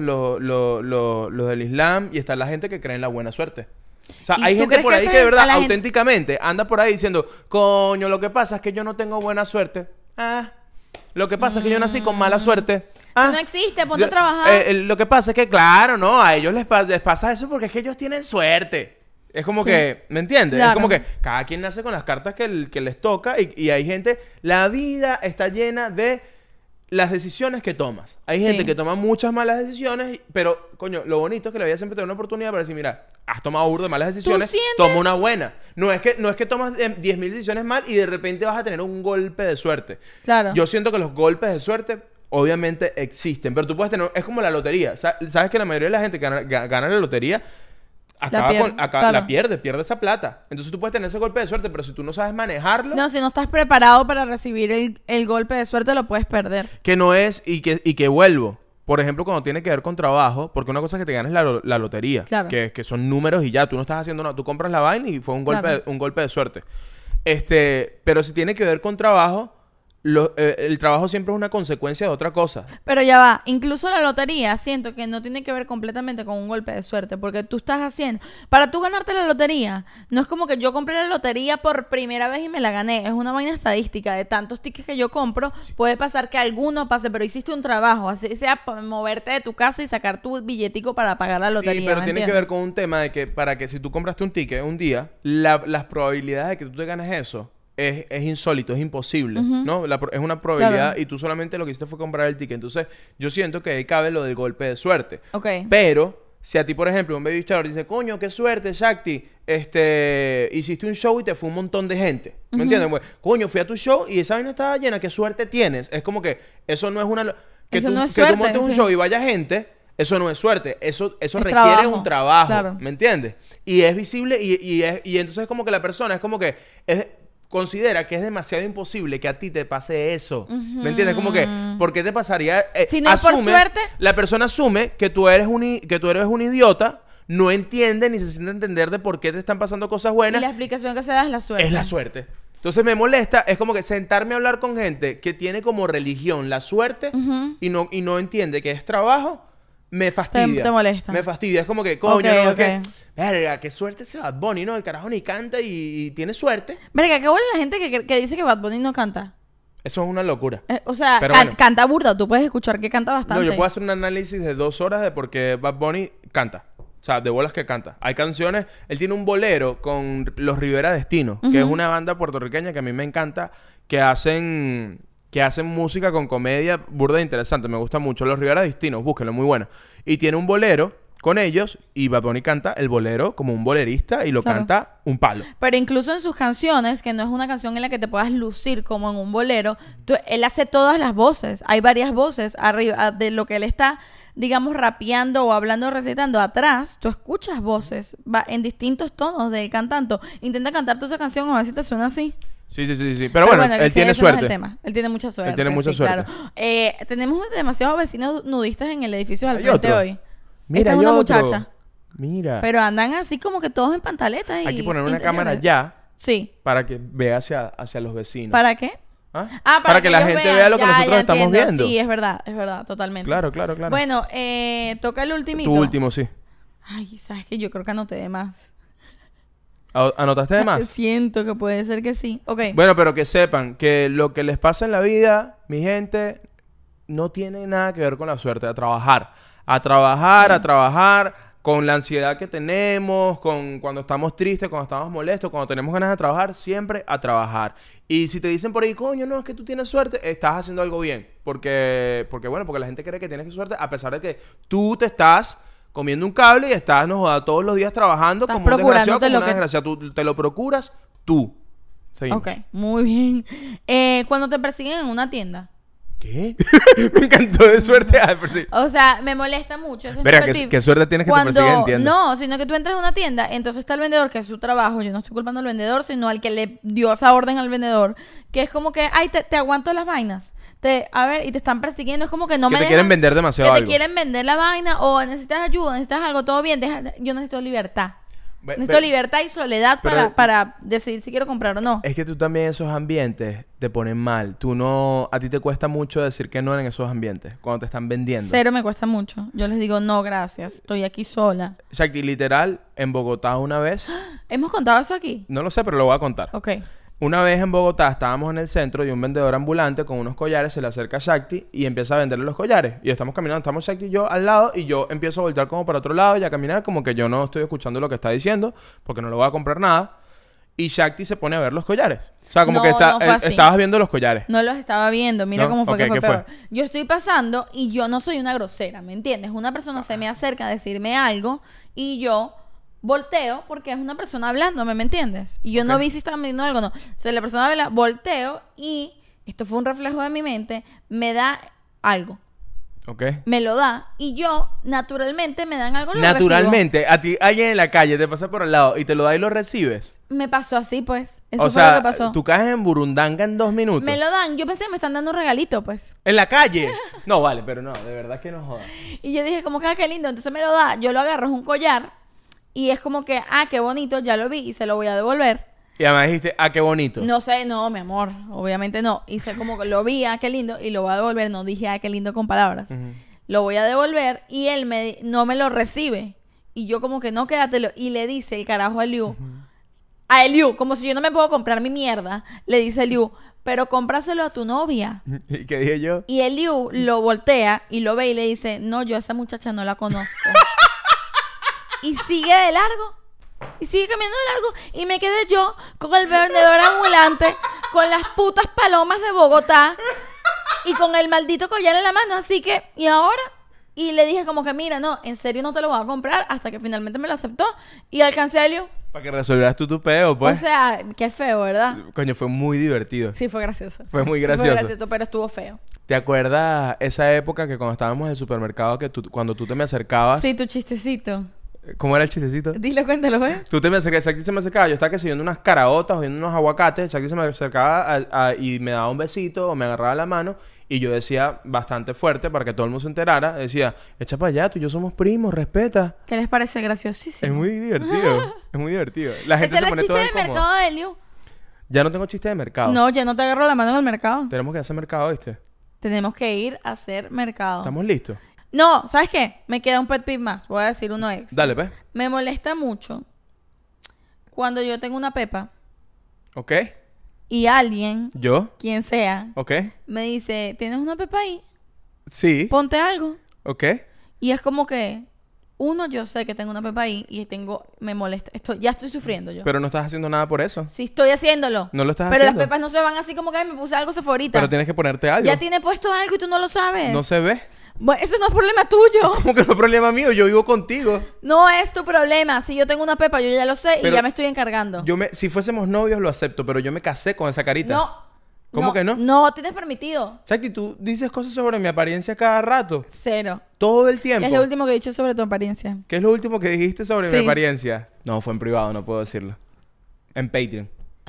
los del Islam y está la gente que cree en la buena suerte. O sea, ¿Y hay tú gente crees por que ahí esa que de gente- a verdad, la gente- auténticamente, anda por ahí diciendo, coño, lo que pasa es que yo no tengo buena suerte. Ah, lo que pasa es que yo nací con mala suerte. Ah, Eso no existe, ponte a trabajar. Lo que pasa es que, claro, no, a ellos les pasa eso porque es que ellos tienen suerte. Es como Sí. que, ¿me entiendes? Claro. Es como que cada quien nace con las cartas que les toca y hay gente, la vida está llena de las decisiones que tomas. Hay Sí. gente que toma muchas malas decisiones, pero, coño, lo bonito es que la vida siempre te da una oportunidad para decir, mira, has tomado burda de malas decisiones, sientes? toma una buena. No es que tomas 10.000 decisiones mal y de repente vas a tener un golpe de suerte. Claro. Yo siento que los golpes de suerte obviamente existen, pero tú puedes tener... Es como la lotería. Sabes que la mayoría de la gente que gana la lotería Claro. la pierde esa plata. Entonces tú puedes tener ese golpe de suerte, pero si tú no sabes manejarlo, No, si no estás preparado para recibir el golpe de suerte, lo puedes perder. que no es y que vuelvo. Por ejemplo, cuando tiene que ver con trabajo, porque una cosa es que te ganes la lotería, Claro. que son números y ya, tú no estás haciendo nada, tú compras la vaina y fue un golpe, Claro. un golpe de suerte. Pero si tiene que ver con trabajo, el trabajo siempre es una consecuencia de otra cosa. Pero ya va, incluso la lotería siento que no tiene que ver completamente con un golpe de suerte, porque tú estás haciendo, para tú ganarte la lotería, no es como que yo compré la lotería por primera vez y me la gané, es una vaina estadística de tantos tickets que yo compro, puede pasar que alguno pase, pero hiciste un trabajo, así sea moverte de tu casa y sacar tu billetico para pagar la lotería. Sí, pero ¿me tiene que entiendes? ver con un tema de que para que si tú compraste un ticket un día, las probabilidades de que tú te ganes eso es insólito, es imposible, ¿no? Es una probabilidad Claro. y tú solamente lo que hiciste fue comprar el ticket. Entonces, yo siento que ahí cabe lo del golpe de suerte. Ok. Pero, si a ti, por ejemplo, un baby shower dice, coño, qué suerte, Shakti, hiciste un show y te fue un montón de gente. ¿Me entiendes? Pues, coño, fui a tu show y esa vaina estaba llena, qué suerte tienes. Es como que eso no es una... Que Eso tú, no es que tú suerte, montes un sí. show y vaya gente, eso no es suerte. Eso requiere trabajo, un trabajo. claro. ¿Me entiendes? Y es visible y entonces es como que la persona es como que... considera que es demasiado imposible que a ti te pase eso. ¿Me entiendes? Como que, ¿por qué te pasaría? Si no es por suerte. La persona asume que tú eres un idiota, no entiende ni se siente entender de por qué te están pasando cosas Y buenas. la explicación que se da es la suerte. Es la suerte. Entonces me molesta, es como que sentarme a hablar con gente que tiene como religión la suerte y no entiende que es trabajo, me fastidia. Te molesta. Me fastidia. Es como que, coño, Ok, no, ok. que... Verga, qué suerte ese Bad Bunny, ¿no? El carajo ni canta y tiene suerte. Verga, qué buena la gente que dice que Bad Bunny no canta. Eso es una locura. O sea, Pero bueno. canta burda, tú puedes escuchar que canta No, bastante. yo puedo hacer un análisis de 2 horas de por qué Bad Bunny canta. O sea, de bolas que canta. Hay canciones... Él tiene un bolero con Los Rivera Destino, que es una banda puertorriqueña que a mí me encanta, que hacen música con comedia burda e interesante. Me gusta mucho. Los Rivera Destino, búsquenlo, muy bueno. Y tiene un bolero con ellos y Bad Bunny canta el bolero como un bolerista y lo Claro. canta un palo. Pero incluso en sus canciones, que no es una canción en la que te puedas lucir como en un bolero, él hace todas las voces. Hay varias voces arriba de lo que él está, digamos, rapeando o hablando o recitando. Atrás, tú escuchas voces en distintos tonos de cantando. Intenta cantar toda esa canción a ver si te suena así. Sí. Pero bueno, que él sí, tiene ese no es el suerte. tema. Él tiene mucha suerte. tiene mucha sí, suerte. Claro. Tenemos demasiados vecinos nudistas en el edificio del Hay frente otro. hoy. Mira, Esta es hay una otro. muchacha. Mira. Pero andan así como que todos en pantaletas y Hay que poner una interiores. cámara ya Sí. Para que vea hacia los vecinos. ¿Para qué? ¿Ah? Para que la ellos gente vean. vea lo que Ya, nosotros ya estamos entiendo. viendo. Sí, es verdad, totalmente. Claro. Bueno, toca el ultimito. Tu último, sí. Ay, ¿sabes qué? Yo creo que anoté de más. ¿Anotaste de más? Siento que puede ser que sí. Ok. Bueno, pero que sepan que lo que les pasa en la vida, mi gente, no tiene nada que ver con la suerte. A trabajar, con la ansiedad que tenemos, con cuando estamos tristes, cuando estamos molestos, cuando tenemos ganas de trabajar, siempre a trabajar. Y si te dicen por ahí, coño, no, es que tú tienes suerte, estás haciendo algo bien. Porque la gente cree que tienes suerte, a pesar de que tú te estás comiendo un cable y estás, no joda, todos los días trabajando Estás como un desgraciado, procurándote como lo una que- desgraciada. Tú te lo procuras tú. Seguimos. Ok, muy bien. Cuando te persiguen en una tienda. ¿Qué? Me encantó de suerte. Ay, pero sí. O sea, me molesta mucho. Ese es mi Verá, pet ¿qué, peeve. qué suerte tienes que te persiguen en tienda? No, sino que tú entras a una tienda, entonces está el vendedor, que es su trabajo. Yo no estoy culpando al vendedor, sino al que le dio esa orden al vendedor. Que es como que, ay, te aguanto las vainas. A ver, y te están persiguiendo. Es como que no Que me te dejan- quieren vender demasiado Que te algo. quieren vender la vaina, o necesitas ayuda, necesitas algo, todo bien. Yo necesito libertad. Necesito libertad y soledad pero- para decidir si quiero comprar o no. Es que tú también esos ambientes te ponen mal. A ti te cuesta mucho decir que no en esos ambientes, cuando te están vendiendo. Cero me cuesta mucho. Yo les digo, no, gracias. Estoy aquí sola. Shakti, literal, en Bogotá una vez, ¿Hemos contado eso aquí? no lo sé, pero lo voy a contar. Ok. Una vez en Bogotá estábamos en el centro y un vendedor ambulante con unos collares se le acerca a Shakti y empieza a venderle los collares. Y estamos caminando, estamos Shakti y yo al lado y yo empiezo a voltear como para otro lado y a caminar como que yo no estoy escuchando lo que está diciendo porque no le voy a comprar nada. Y Shakti se pone a ver los collares. O sea, como No, que no fue así. estabas viendo los collares. No los estaba viendo. Mira ¿No? cómo fue Ok, que fue ¿qué fue? peor. Yo estoy pasando y yo no soy una grosera, ¿me entiendes? Una persona se me acerca a decirme algo y yo volteo porque es una persona hablándome, ¿me entiendes? Y yo no Ok. vi si estaba viendo algo o no. O sea, la persona habla, volteo y esto fue un reflejo de mi mente, me da algo. ¿Ok? Me lo da y yo naturalmente me dan algo, lo Naturalmente, a ti alguien en la calle te pasa por al lado y te lo da y lo recibes. recibo. Me pasó así, pues. Eso O fue sea, lo que pasó. tú caes en burundanga en 2 minutos. Me lo dan. Yo pensé que me están dando un regalito, pues. En la calle. No, vale, pero no, de verdad que no jodas. Y yo dije, como que, qué lindo. Entonces me lo da. Yo lo agarro, es un collar. Y es como que, qué bonito, ya lo vi y se lo voy a devolver. Y además dijiste, qué bonito. No sé, no, mi amor. Obviamente no. Hice como que lo vi, qué lindo. Y lo voy a devolver. No dije, qué lindo con palabras. Ujú. Lo voy a devolver y él no me lo recibe. Y yo como que, no, quédatelo. Y le dice el carajo a Liu. A Eliu, como si yo no me puedo comprar mi mierda. Le dice Eliu, pero cómpraselo a tu novia. ¿Y qué dije yo? Y Eliu lo voltea y lo ve y le dice, no, yo a esa muchacha no la conozco. Y sigue de largo. Y sigue caminando de largo. Y me quedé yo con el vendedor ambulante, con las putas palomas de Bogotá y con el maldito collar en la mano. Así que, ¿y ahora? Y le dije como que, mira, no, en serio no te lo voy a comprar, hasta que finalmente me lo aceptó. Y alcancé a Eliu. Para que resolvieras tú tu peo, pues. O sea, qué feo, ¿verdad? Coño, fue muy divertido. Sí, fue gracioso. Fue muy Sí, gracioso. fue gracioso, pero estuvo feo. ¿Te acuerdas esa época que cuando estábamos en el supermercado, que cuando tú te me acercabas... Sí, tu chistecito. ¿Cómo era el chistecito? Dilo, cuéntalo, ¿ves? Tú te me acercabas, Shakti se me acercaba, yo estaba que viendo unas caraotas o viendo unos aguacates, Shakti se me acercaba y me daba un besito o me agarraba la mano y yo decía bastante fuerte para que todo el mundo se enterara, decía, echa para allá, tú y yo somos primos, respeta. ¿Qué les parece graciosísimo? Es muy divertido, es muy divertido. La gente Ese se era pone el chiste toda del incómoda. mercado de Eliu. Ya no tengo chiste de mercado. No, ya no te agarro la mano en el mercado. Tenemos que hacer mercado, ¿viste? Tenemos que ir a hacer mercado. ¿Estamos listos? No, ¿sabes qué? Me queda un pet peeve más. Voy a decir uno ex. Dale, pues. Me molesta mucho cuando yo tengo una pepa ¿Ok? y alguien, ¿Yo? quien sea, ¿Ok? me dice, ¿tienes una pepa ahí? Sí. Ponte algo. ¿Ok? Y es como que, uno, yo sé que tengo una pepa ahí y me molesta. Ya estoy sufriendo yo. Pero no estás haciendo nada por eso. Sí estoy haciéndolo. No lo estás Pero haciendo. las pepas no se van así como que, "Ay, me puse algo, se fue ahorita". Pero tienes que ponerte algo. Ya tiene puesto algo y tú no lo sabes. No se ve. Bueno, eso no es problema tuyo. ¿Cómo que no es problema mío? Yo vivo contigo. No es tu problema. Si yo tengo una pepa, yo ya lo sé y Pero ya me estoy encargando. Si fuésemos novios lo acepto, pero yo me casé con esa carita. No. ¿Cómo que no? No, tienes permitido. Shakti, tú dices cosas sobre mi apariencia cada rato. Cero. Todo el ¿Qué tiempo. es lo último que he dicho sobre tu apariencia? ¿Qué es lo último que dijiste sobre mi Sí. apariencia? No, fue en privado, no puedo decirlo. En Patreon.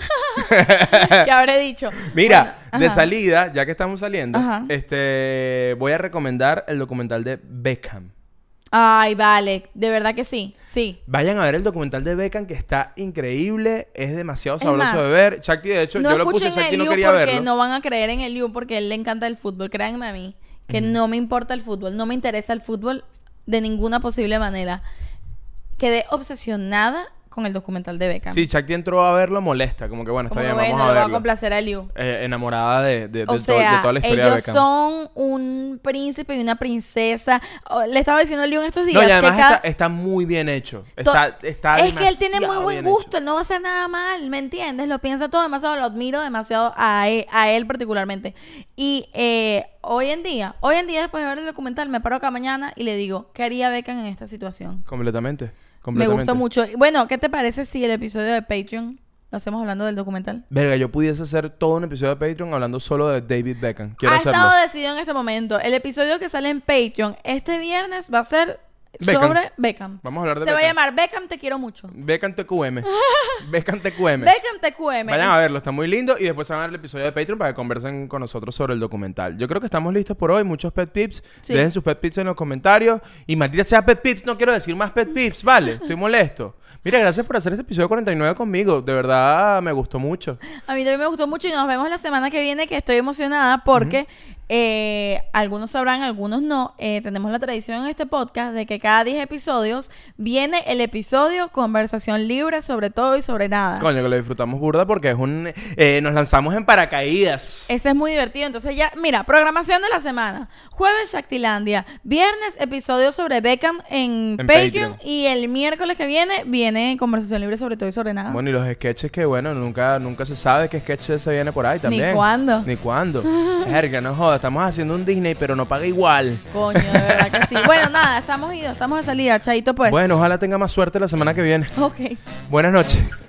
¿Qué habré dicho? Mira, Bueno, de ajá. salida, ya que estamos saliendo, Ajá. voy a recomendar el documental de Beckham. Ay, vale. De verdad que sí. Sí. Vayan a ver el documental de Beckham, que está increíble. Es demasiado Es sabroso más, de ver. Shakti, de hecho, No yo lo puse, escuchen Shakti el no Liu quería porque verlo. no van a creer en el Liu porque a él le encanta el fútbol. Créanme a mí que no me importa el fútbol. No me interesa el fútbol de ninguna posible manera. Quedé obsesionada con el documental de Beckham. Sí, Shakti entró a verlo molesta. Como que bueno, está Como bien, que, vamos bueno, a lo voy a verlo. complacer a Liu. Enamorada de O de sea, toda la historia de ellos Beckham. son un príncipe y una princesa. Le estaba diciendo a Liu en estos días No, y que además cada... está muy bien hecho. To- Está es que él tiene muy demasiado buen bien gusto, hecho. él no va a hacer nada mal, ¿me entiendes? Lo piensa todo demasiado, lo admiro demasiado a él particularmente. Y hoy en día, después de ver el documental, me paro acá mañana y le digo, ¿qué haría Beckham en esta situación? Completamente. Me gustó mucho. Bueno, ¿qué te parece si el episodio de Patreon lo hacemos hablando del documental? Verga, yo pudiese hacer todo un episodio de Patreon hablando solo de David Beckham. Quiero Ha hacerlo. estado decidido en este momento. El episodio que sale en Patreon este viernes va a ser Beckham. sobre Beckham. Vamos a hablar de Se va a Beckham. llamar Beckham Te Quiero Mucho. Beckham TQM. Beckham TQM. Beckham TQM. Vayan a verlo, está muy lindo. Y después se van a ver el episodio de Patreon para que conversen con nosotros sobre el documental. Yo creo que estamos listos por hoy. Muchos pet pips. Sí. Dejen sus pet pips en los comentarios. Y maldita sea pet pips, no quiero decir más pet pips, ¿vale? Estoy molesto. Mira, gracias por hacer este episodio 49 conmigo. De verdad, me gustó mucho. A mí también me gustó mucho y nos vemos la semana que viene, que estoy emocionada porque algunos sabrán, algunos no. Tenemos la tradición en este podcast de que cada 10 episodios viene el episodio Conversación Libre sobre todo y sobre nada. Coño, que lo disfrutamos burda porque es un... nos lanzamos en paracaídas. Ese es muy divertido. Entonces ya, mira, programación de la semana. Jueves, Shaktilandia. Viernes, episodio sobre Beckham en Patreon. Y el miércoles que viene Conversación Libre sobre todo y sobre nada. Bueno, y los sketches que, bueno, nunca se sabe qué sketch se viene por ahí también. Ni cuándo. Ni cuándo. Verga, no jodas. Estamos haciendo un Disney, pero no paga igual. Coño, de verdad que sí. Bueno, nada, estamos de salida. Chaito, pues. Bueno, ojalá tenga más suerte la semana que viene. Ok. Buenas noches.